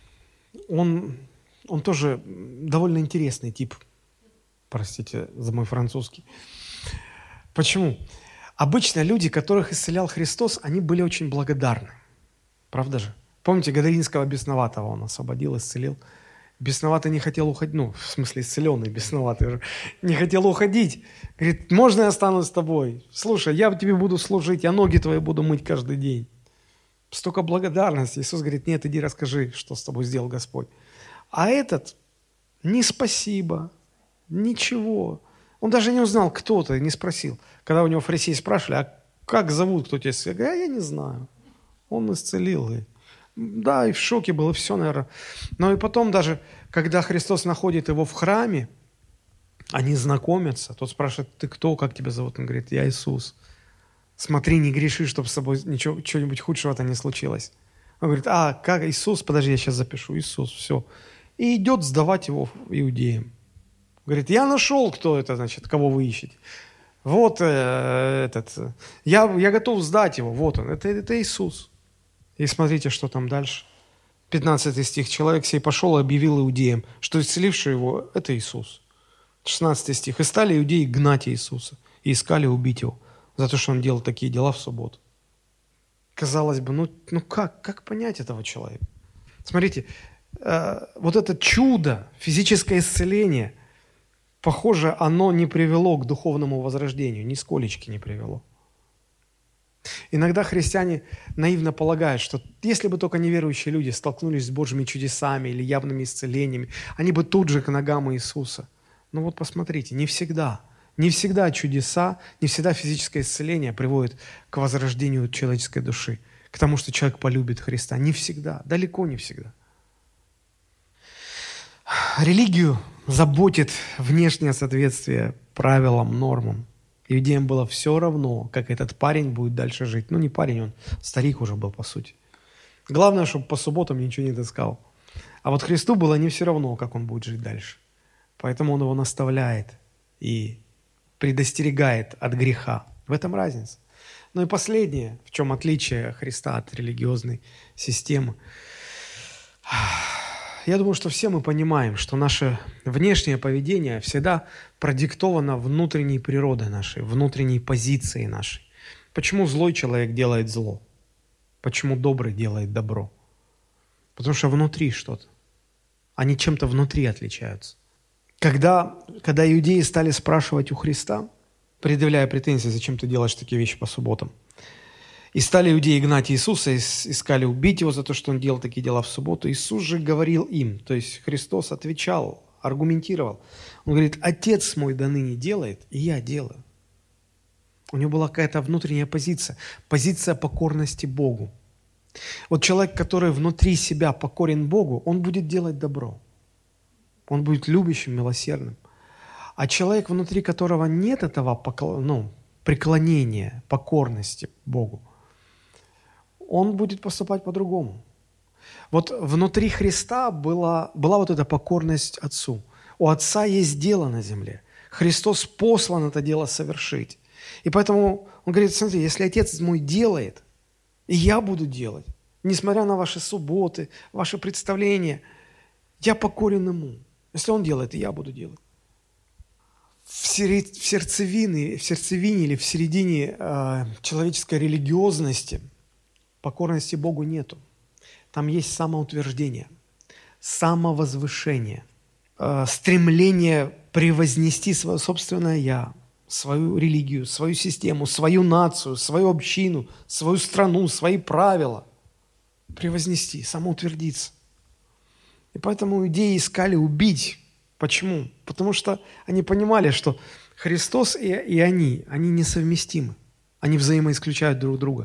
он, он тоже довольно интересный тип. Простите за мой французский. Почему? Обычно люди, которых исцелял Христос, они были очень благодарны. Правда же? Помните, Гадаринского бесноватого он освободил, исцелил. Бесноватый не хотел уходить, ну, в смысле, исцеленный бесноватый же, не хотел уходить. Говорит: можно я останусь с тобой? Слушай, я тебе буду служить, я ноги твои буду мыть каждый день. Столько благодарности. Иисус говорит: нет, иди расскажи, что с тобой сделал Господь. А этот, Ни спасибо, ничего. Он даже не узнал, кто ты, не спросил. Когда у него фарисеи спрашивали, а как зовут, кто тебя исцелил? Я, я не знаю. Он исцелил. И, да, и в шоке был, и все, наверное. Но и потом даже, когда Христос находит его в храме, они знакомятся. Тот спрашивает, ты кто, как тебя зовут? Он говорит, я Иисус. Смотри, не греши, чтобы с собой ничего, чего-нибудь худшего-то не случилось. Он говорит, а, как Иисус? Подожди, я сейчас запишу. Иисус, все. И идет сдавать его иудеям. Говорит, я нашел, кто это, значит, кого вы ищете. Вот э, этот, я, я готов сдать его, вот он, это, это Иисус. И смотрите, что там дальше. пятнадцатый стих. Человек сей пошел и объявил иудеям, что исцеливший его – это Иисус. шестнадцатый стих. И стали иудеи гнать Иисуса, и искали убить его, за то, что он делал такие дела в субботу. Казалось бы, ну, ну как, как понять этого человека? Смотрите, э, вот это чудо, физическое исцеление, похоже, оно не привело к духовному возрождению, нисколечки не привело. Иногда христиане наивно полагают, что если бы только неверующие люди столкнулись с Божьими чудесами или явными исцелениями, они бы тут же к ногам Иисуса. Но вот посмотрите, не всегда. Не всегда чудеса, не всегда физическое исцеление приводит к возрождению человеческой души, к тому, что человек полюбит Христа. Не всегда, далеко не всегда. Религию заботит внешнее соответствие правилам, нормам. Иудеям было все равно, как этот парень будет дальше жить. Ну, не парень, он старик уже был, по сути. Главное, чтобы по субботам ничего не таскал. А вот Христу было не все равно, как он будет жить дальше. Поэтому он его наставляет и предостерегает от греха. В этом разница. Ну и последнее, в чем отличие Христа от религиозной системы. Я думаю, что все мы понимаем, что наше внешнее поведение всегда продиктовано внутренней природой нашей, внутренней позицией нашей. Почему злой человек делает зло? Почему добрый делает добро? Потому что внутри что-то. Они чем-то внутри отличаются. Когда, когда иудеи стали спрашивать у Христа, предъявляя претензии, зачем ты делаешь такие вещи по субботам, и стали иудеи гнать Иисуса, искали убить его за то, что он делал такие дела в субботу, Иисус же говорил им, то есть Христос отвечал, аргументировал. Он говорит, Отец мой до ныне делает, и я делаю. У него была какая-то внутренняя позиция, позиция покорности Богу. Вот человек, который внутри себя покорен Богу, он будет делать добро. Он будет любящим, милосердным. А человек, внутри которого нет этого ну, преклонения, покорности Богу, он будет поступать по-другому. Вот внутри Христа была, была вот эта покорность Отцу. У Отца есть дело на земле. Христос послан это дело совершить. И поэтому Он говорит, смотри, если Отец мой делает, и я буду делать, несмотря на ваши субботы, ваши представления, я покорен Ему. Если Он делает, и я буду делать. В сердцевине, в сердцевине или в середине э, человеческой религиозности покорности Богу нету. Там есть самоутверждение, самовозвышение, э, стремление превознести свое собственное «я», свою религию, свою систему, свою нацию, свою общину, свою страну, свои правила. Превознести, самоутвердиться. И поэтому иудеи искали убить. Почему? Потому что они понимали, что Христос и, и они, они несовместимы. Они взаимоисключают друг друга.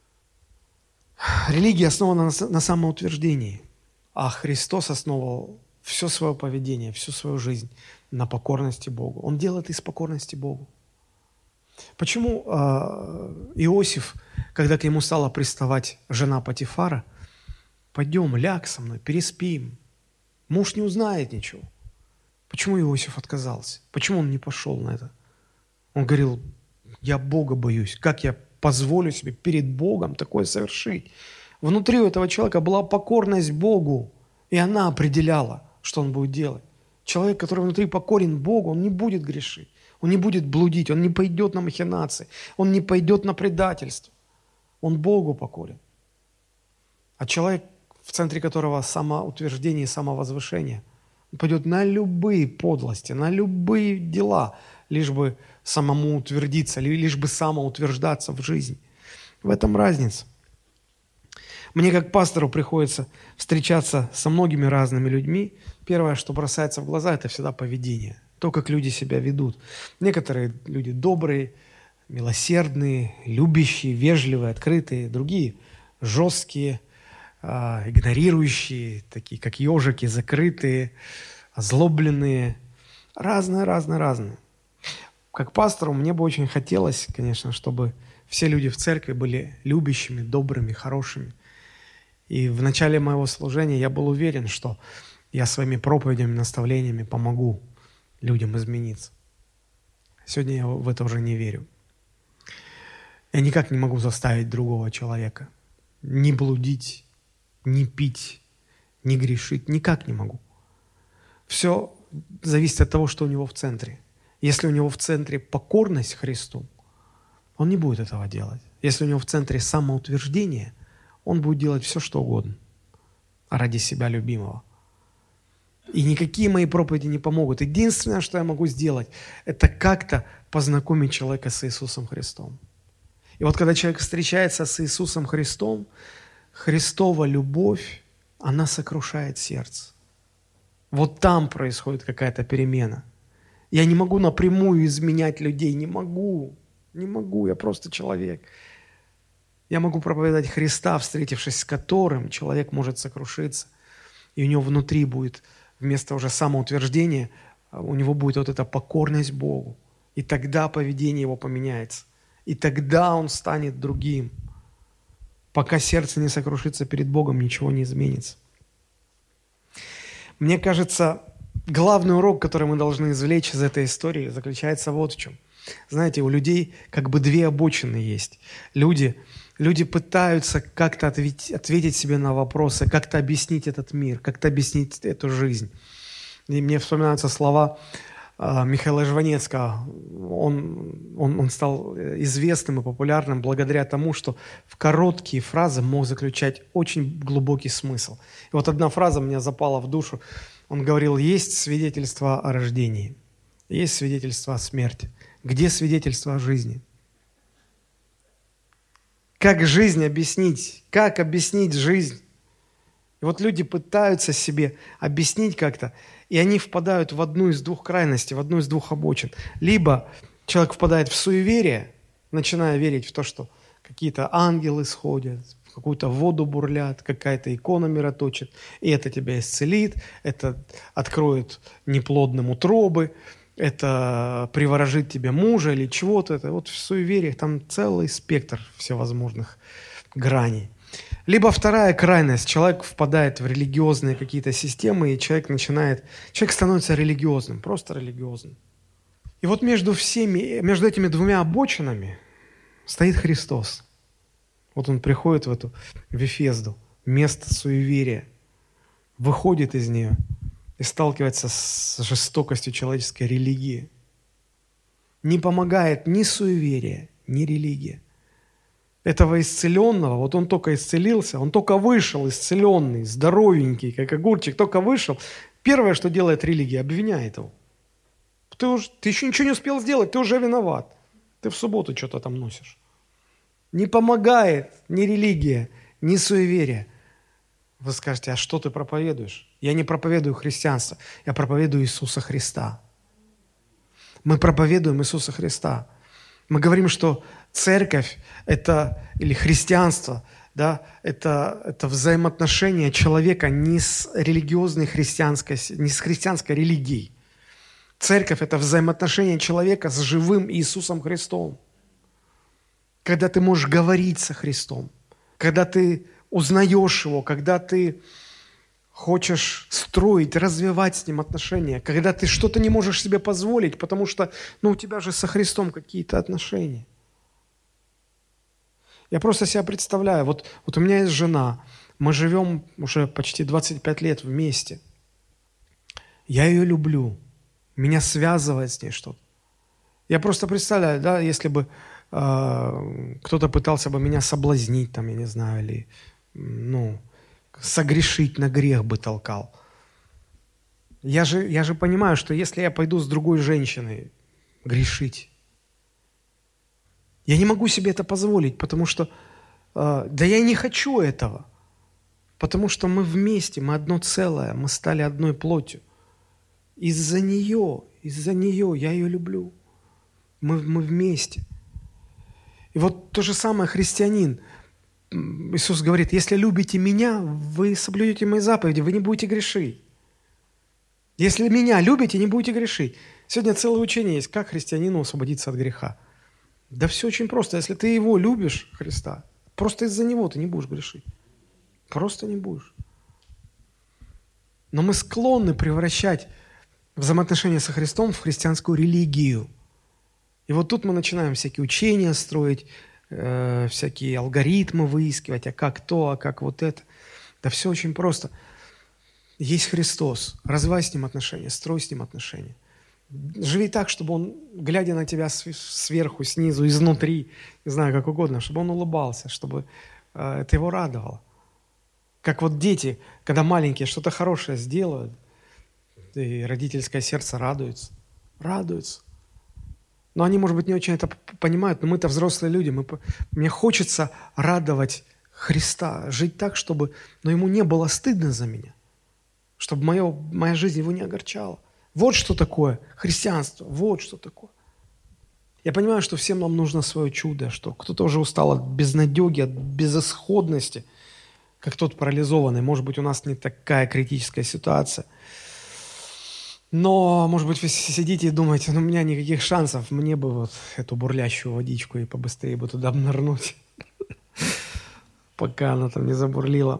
Религия основана на, на самоутверждении, а Христос основывал все свое поведение, всю свою жизнь на покорности Богу. Он делает из покорности Богу. Почему э, Иосиф, когда к нему стала приставать жена Потифара, пойдем, ляг со мной, переспим, муж не узнает ничего. Почему Иосиф отказался? Почему он не пошел на это? Он говорил, я Бога боюсь, как я позволю себе перед Богом такое совершить? Внутри у этого человека была покорность Богу, и она определяла, что он будет делать. Человек, который внутри покорен Богу, он не будет грешить, он не будет блудить, он не пойдет на махинации, он не пойдет на предательство. Он Богу покорен. А человек, в центре которого самоутверждение и самовозвышение, он пойдет на любые подлости, на любые дела, лишь бы самому утвердиться, лишь бы самоутверждаться в жизни. В этом разница. Мне как пастору приходится встречаться со многими разными людьми, первое, что бросается в глаза, это всегда поведение. То, как люди себя ведут. Некоторые люди добрые, милосердные, любящие, вежливые, открытые. Другие жесткие, а, игнорирующие, такие как ежики, закрытые, озлобленные. Разные, разные, разные. Как пастору мне бы очень хотелось, конечно, чтобы все люди в церкви были любящими, добрыми, хорошими. И в начале моего служения я был уверен, что я своими проповедями, наставлениями помогу людям измениться. Сегодня я в это уже не верю. Я никак не могу заставить другого человека ни блудить, ни пить, ни грешить. Никак не могу. Все зависит от того, что у него в центре. Если у него в центре покорность Христу, он не будет этого делать. Если у него в центре самоутверждение, он будет делать все, что угодно ради себя любимого. И никакие мои проповеди не помогут. Единственное, что я могу сделать, это как-то познакомить человека с Иисусом Христом. И вот когда человек встречается с Иисусом Христом, Христова любовь, она сокрушает сердце. Вот там происходит какая-то перемена. Я не могу напрямую изменять людей, не могу, не могу, я просто человек. Я могу проповедовать Христа, встретившись с которым человек может сокрушиться, и у него внутри будет, вместо уже самоутверждения, у него будет вот эта покорность Богу. И тогда поведение его поменяется. И тогда он станет другим. Пока сердце не сокрушится перед Богом, ничего не изменится. Мне кажется, главный урок, который мы должны извлечь из этой истории, заключается вот в чем. Знаете, у людей как бы две обочины есть. Люди, люди пытаются как-то ответить, ответить себе на вопросы, как-то объяснить этот мир, как-то объяснить эту жизнь. И мне вспоминаются слова э, Михаила Жванецкого. Он, он, он стал известным и популярным благодаря тому, что в короткие фразы мог заключать очень глубокий смысл. И вот одна фраза мне запала в душу. Он говорил: есть свидетельство о рождении, есть свидетельство о смерти. Где свидетельство о жизни? Как жизнь объяснить? Как объяснить жизнь? И вот люди пытаются себе объяснить как-то, и они впадают в одну из двух крайностей, в одну из двух обочин. Либо человек впадает в суеверие, начиная верить в то, что какие-то ангелы сходят, в какую-то воду бурлят, какая-то икона мироточит, и это тебя исцелит, это откроет неплодным утробы, это приворожит тебе мужа или чего-то. Это вот в суевериях там целый спектр всевозможных граней. Либо вторая крайность. Человек впадает в религиозные какие-то системы, и человек начинает... Человек становится религиозным, просто религиозным. И вот между всеми, между этими двумя обочинами стоит Христос. Вот он приходит в эту Вифезду, место суеверия, выходит из нее и сталкивается с жестокостью человеческой религии. Не помогает ни суеверие, ни религия. Этого исцеленного, вот он только исцелился, он только вышел исцеленный, здоровенький, как огурчик, только вышел. Первое, что делает религия, обвиняет его. Ты, уж, ты еще ничего не успел сделать, ты уже виноват. Ты в субботу что-то там носишь. Не помогает ни религия, ни суеверие. Вы скажете: а что ты проповедуешь? Я не проповедую христианство, я проповедую Иисуса Христа. Мы проповедуем Иисуса Христа. Мы говорим, что церковь это, или христианство, да, это, это взаимоотношение человека не с религиозной христианской, не с христианской религией. Церковь – это взаимоотношение человека с живым Иисусом Христом. Когда ты можешь говорить со Христом, когда ты узнаешь Его, когда ты хочешь строить, развивать с Ним отношения, когда ты что-то не можешь себе позволить, потому что ну, у тебя же со Христом какие-то отношения. Я просто себя представляю, вот, вот у меня есть жена, мы живем уже почти двадцать пять лет вместе. Я ее люблю, меня связывает с ней что-то. Я просто представляю, да, если бы э, кто-то пытался бы меня соблазнить, там, я не знаю, или, ну, согрешить на грех бы толкал. Я же, я же понимаю, что если я пойду с другой женщиной грешить, я не могу себе это позволить, потому что э, да я и не хочу этого. Потому что мы вместе, мы одно целое, мы стали одной плотью. Из-за нее, из-за нее я ее люблю. Мы, мы вместе. И вот то же самое христианин. Иисус говорит, если любите меня, вы соблюдете мои заповеди, вы не будете грешить. Если меня любите, не будете грешить. Сегодня целое учение есть, как христианину освободиться от греха. Да все очень просто. Если ты его любишь, Христа, просто из-за него ты не будешь грешить. Просто не будешь. Но мы склонны превращать взаимоотношения со Христом в христианскую религию. И вот тут мы начинаем всякие учения строить, э, всякие алгоритмы выискивать, а как то, а как вот это. Да все очень просто. Есть Христос, развивай с Ним отношения, строй с Ним отношения. Живи так, чтобы Он, глядя на тебя сверху, снизу, изнутри, не знаю, как угодно, чтобы Он улыбался, чтобы э, это Его радовало. Как вот дети, когда маленькие что-то хорошее сделают, и родительское сердце радуется. Радуется. Но они, может быть, не очень это понимают, но мы-то взрослые люди. Мы, мне хочется радовать Христа, жить так, чтобы но Ему не было стыдно за меня, чтобы мое, моя жизнь Его не огорчала. Вот что такое христианство, вот что такое. Я понимаю, что всем нам нужно свое чудо, что кто-то уже устал от безнадеги, от безысходности, как тот парализованный. Может быть, у нас не такая критическая ситуация. Но, может быть, вы сидите и думаете, ну, у меня никаких шансов, мне бы вот эту бурлящую водичку и побыстрее бы туда нырнуть, пока она там не забурлила.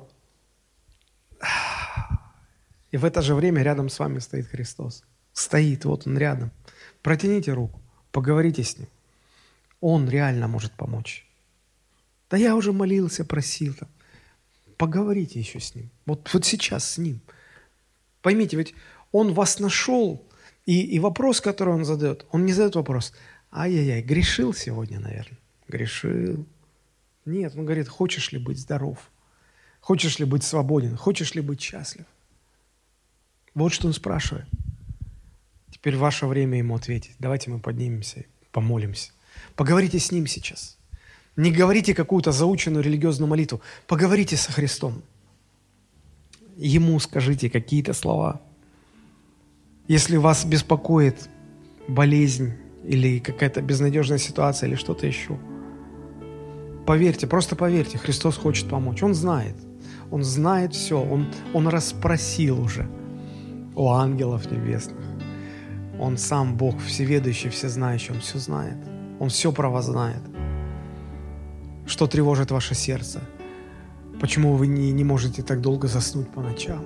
И в это же время рядом с вами стоит Христос. Стоит, вот Он рядом. Протяните руку, поговорите с Ним. Он реально может помочь. Да я уже молился, просил там. Поговорите еще с Ним. Вот, вот сейчас с Ним. Поймите, ведь Он вас нашел, и, и вопрос, который Он задает, Он не задает вопрос, ай-яй-яй, грешил сегодня, наверное? Грешил. Нет, Он говорит, хочешь ли быть здоров? Хочешь ли быть свободен? Хочешь ли быть счастлив? Вот что Он спрашивает. Теперь ваше время Ему ответить. Давайте мы поднимемся и помолимся. Поговорите с Ним сейчас. Не говорите какую-то заученную религиозную молитву. Поговорите со Христом. Ему скажите какие-то слова. Если вас беспокоит болезнь или какая-то безнадежная ситуация или что-то еще, поверьте, просто поверьте, Христос хочет помочь. Он знает. Он знает все. Он, он расспросил уже у ангелов небесных. Он сам Бог, всеведущий, всезнающий. Он все знает. Он все про вас знает. Что тревожит ваше сердце? Почему вы не, не можете так долго заснуть по ночам?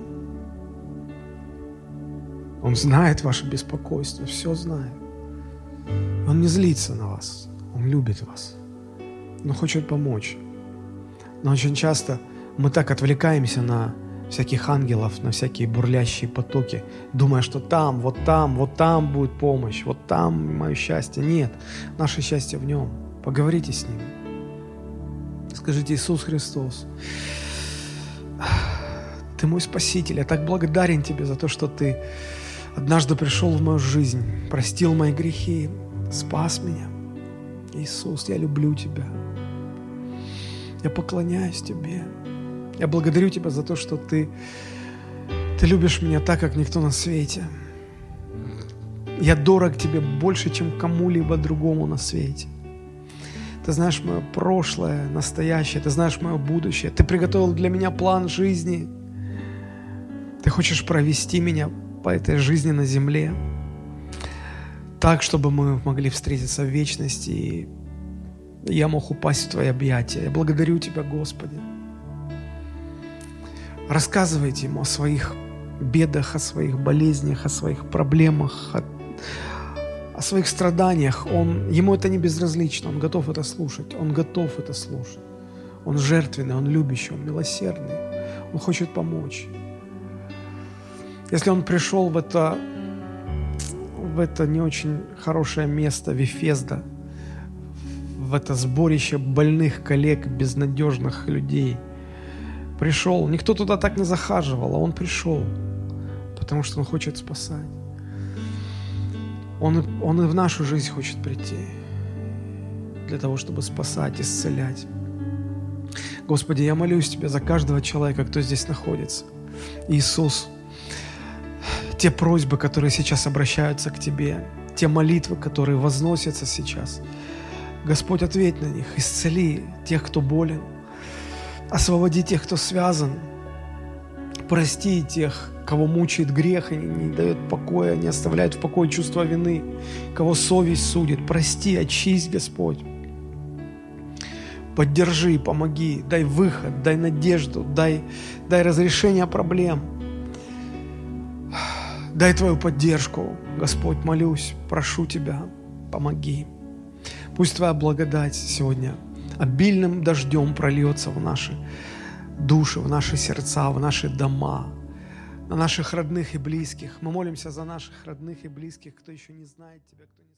Он знает ваше беспокойство, все знает. Он не злится на вас, Он любит вас, но хочет помочь. Но очень часто мы так отвлекаемся на всяких ангелов, на всякие бурлящие потоки, думая, что там, вот там, вот там будет помощь, вот там мое счастье. Нет, наше счастье в Нем. Поговорите с Ним. Скажите: Иисус Христос, Ты мой Спаситель, я так благодарен Тебе за то, что Ты однажды пришел в мою жизнь, простил мои грехи, спас меня. Иисус, я люблю Тебя. Я поклоняюсь Тебе. Я благодарю Тебя за то, что Ты, Ты любишь меня так, как никто на свете. Я дорог Тебе больше, чем кому-либо другому на свете. Ты знаешь мое прошлое, настоящее, Ты знаешь мое будущее. Ты приготовил для меня план жизни. Ты хочешь провести меня по этой жизни на земле, так, чтобы мы могли встретиться в вечности, и я мог упасть в Твои объятия. Я благодарю Тебя, Господи. Рассказывайте Ему о своих бедах, о своих болезнях, о своих проблемах, о, о своих страданиях. Он, ему это не безразлично, Он готов это слушать, Он готов это слушать. Он жертвенный, Он любящий, Он милосердный, Он хочет помочь. Если Он пришел в это, в это не очень хорошее место, Вифезда, в это сборище больных коллег, безнадежных людей, пришел, никто туда так не захаживал, а Он пришел, потому что Он хочет спасать. Он, он и в нашу жизнь хочет прийти, для того, чтобы спасать, исцелять. Господи, я молюсь Тебя за каждого человека, кто здесь находится. Иисус, те просьбы, которые сейчас обращаются к Тебе, те молитвы, которые возносятся сейчас, Господь, ответь на них, исцели тех, кто болен, освободи тех, кто связан, прости тех, кого мучает грех и не, не дает покоя, не оставляет в покое чувство вины, кого совесть судит. Прости, очисть, Господь. Поддержи, помоги, дай выход, дай надежду, дай, дай разрешение проблем. Дай Твою поддержку, Господь, молюсь, прошу Тебя, помоги. Пусть Твоя благодать сегодня обильным дождем прольется в наши души, в наши сердца, в наши дома, на наших родных и близких. Мы молимся за наших родных и близких, кто еще не знает Тебя, кто не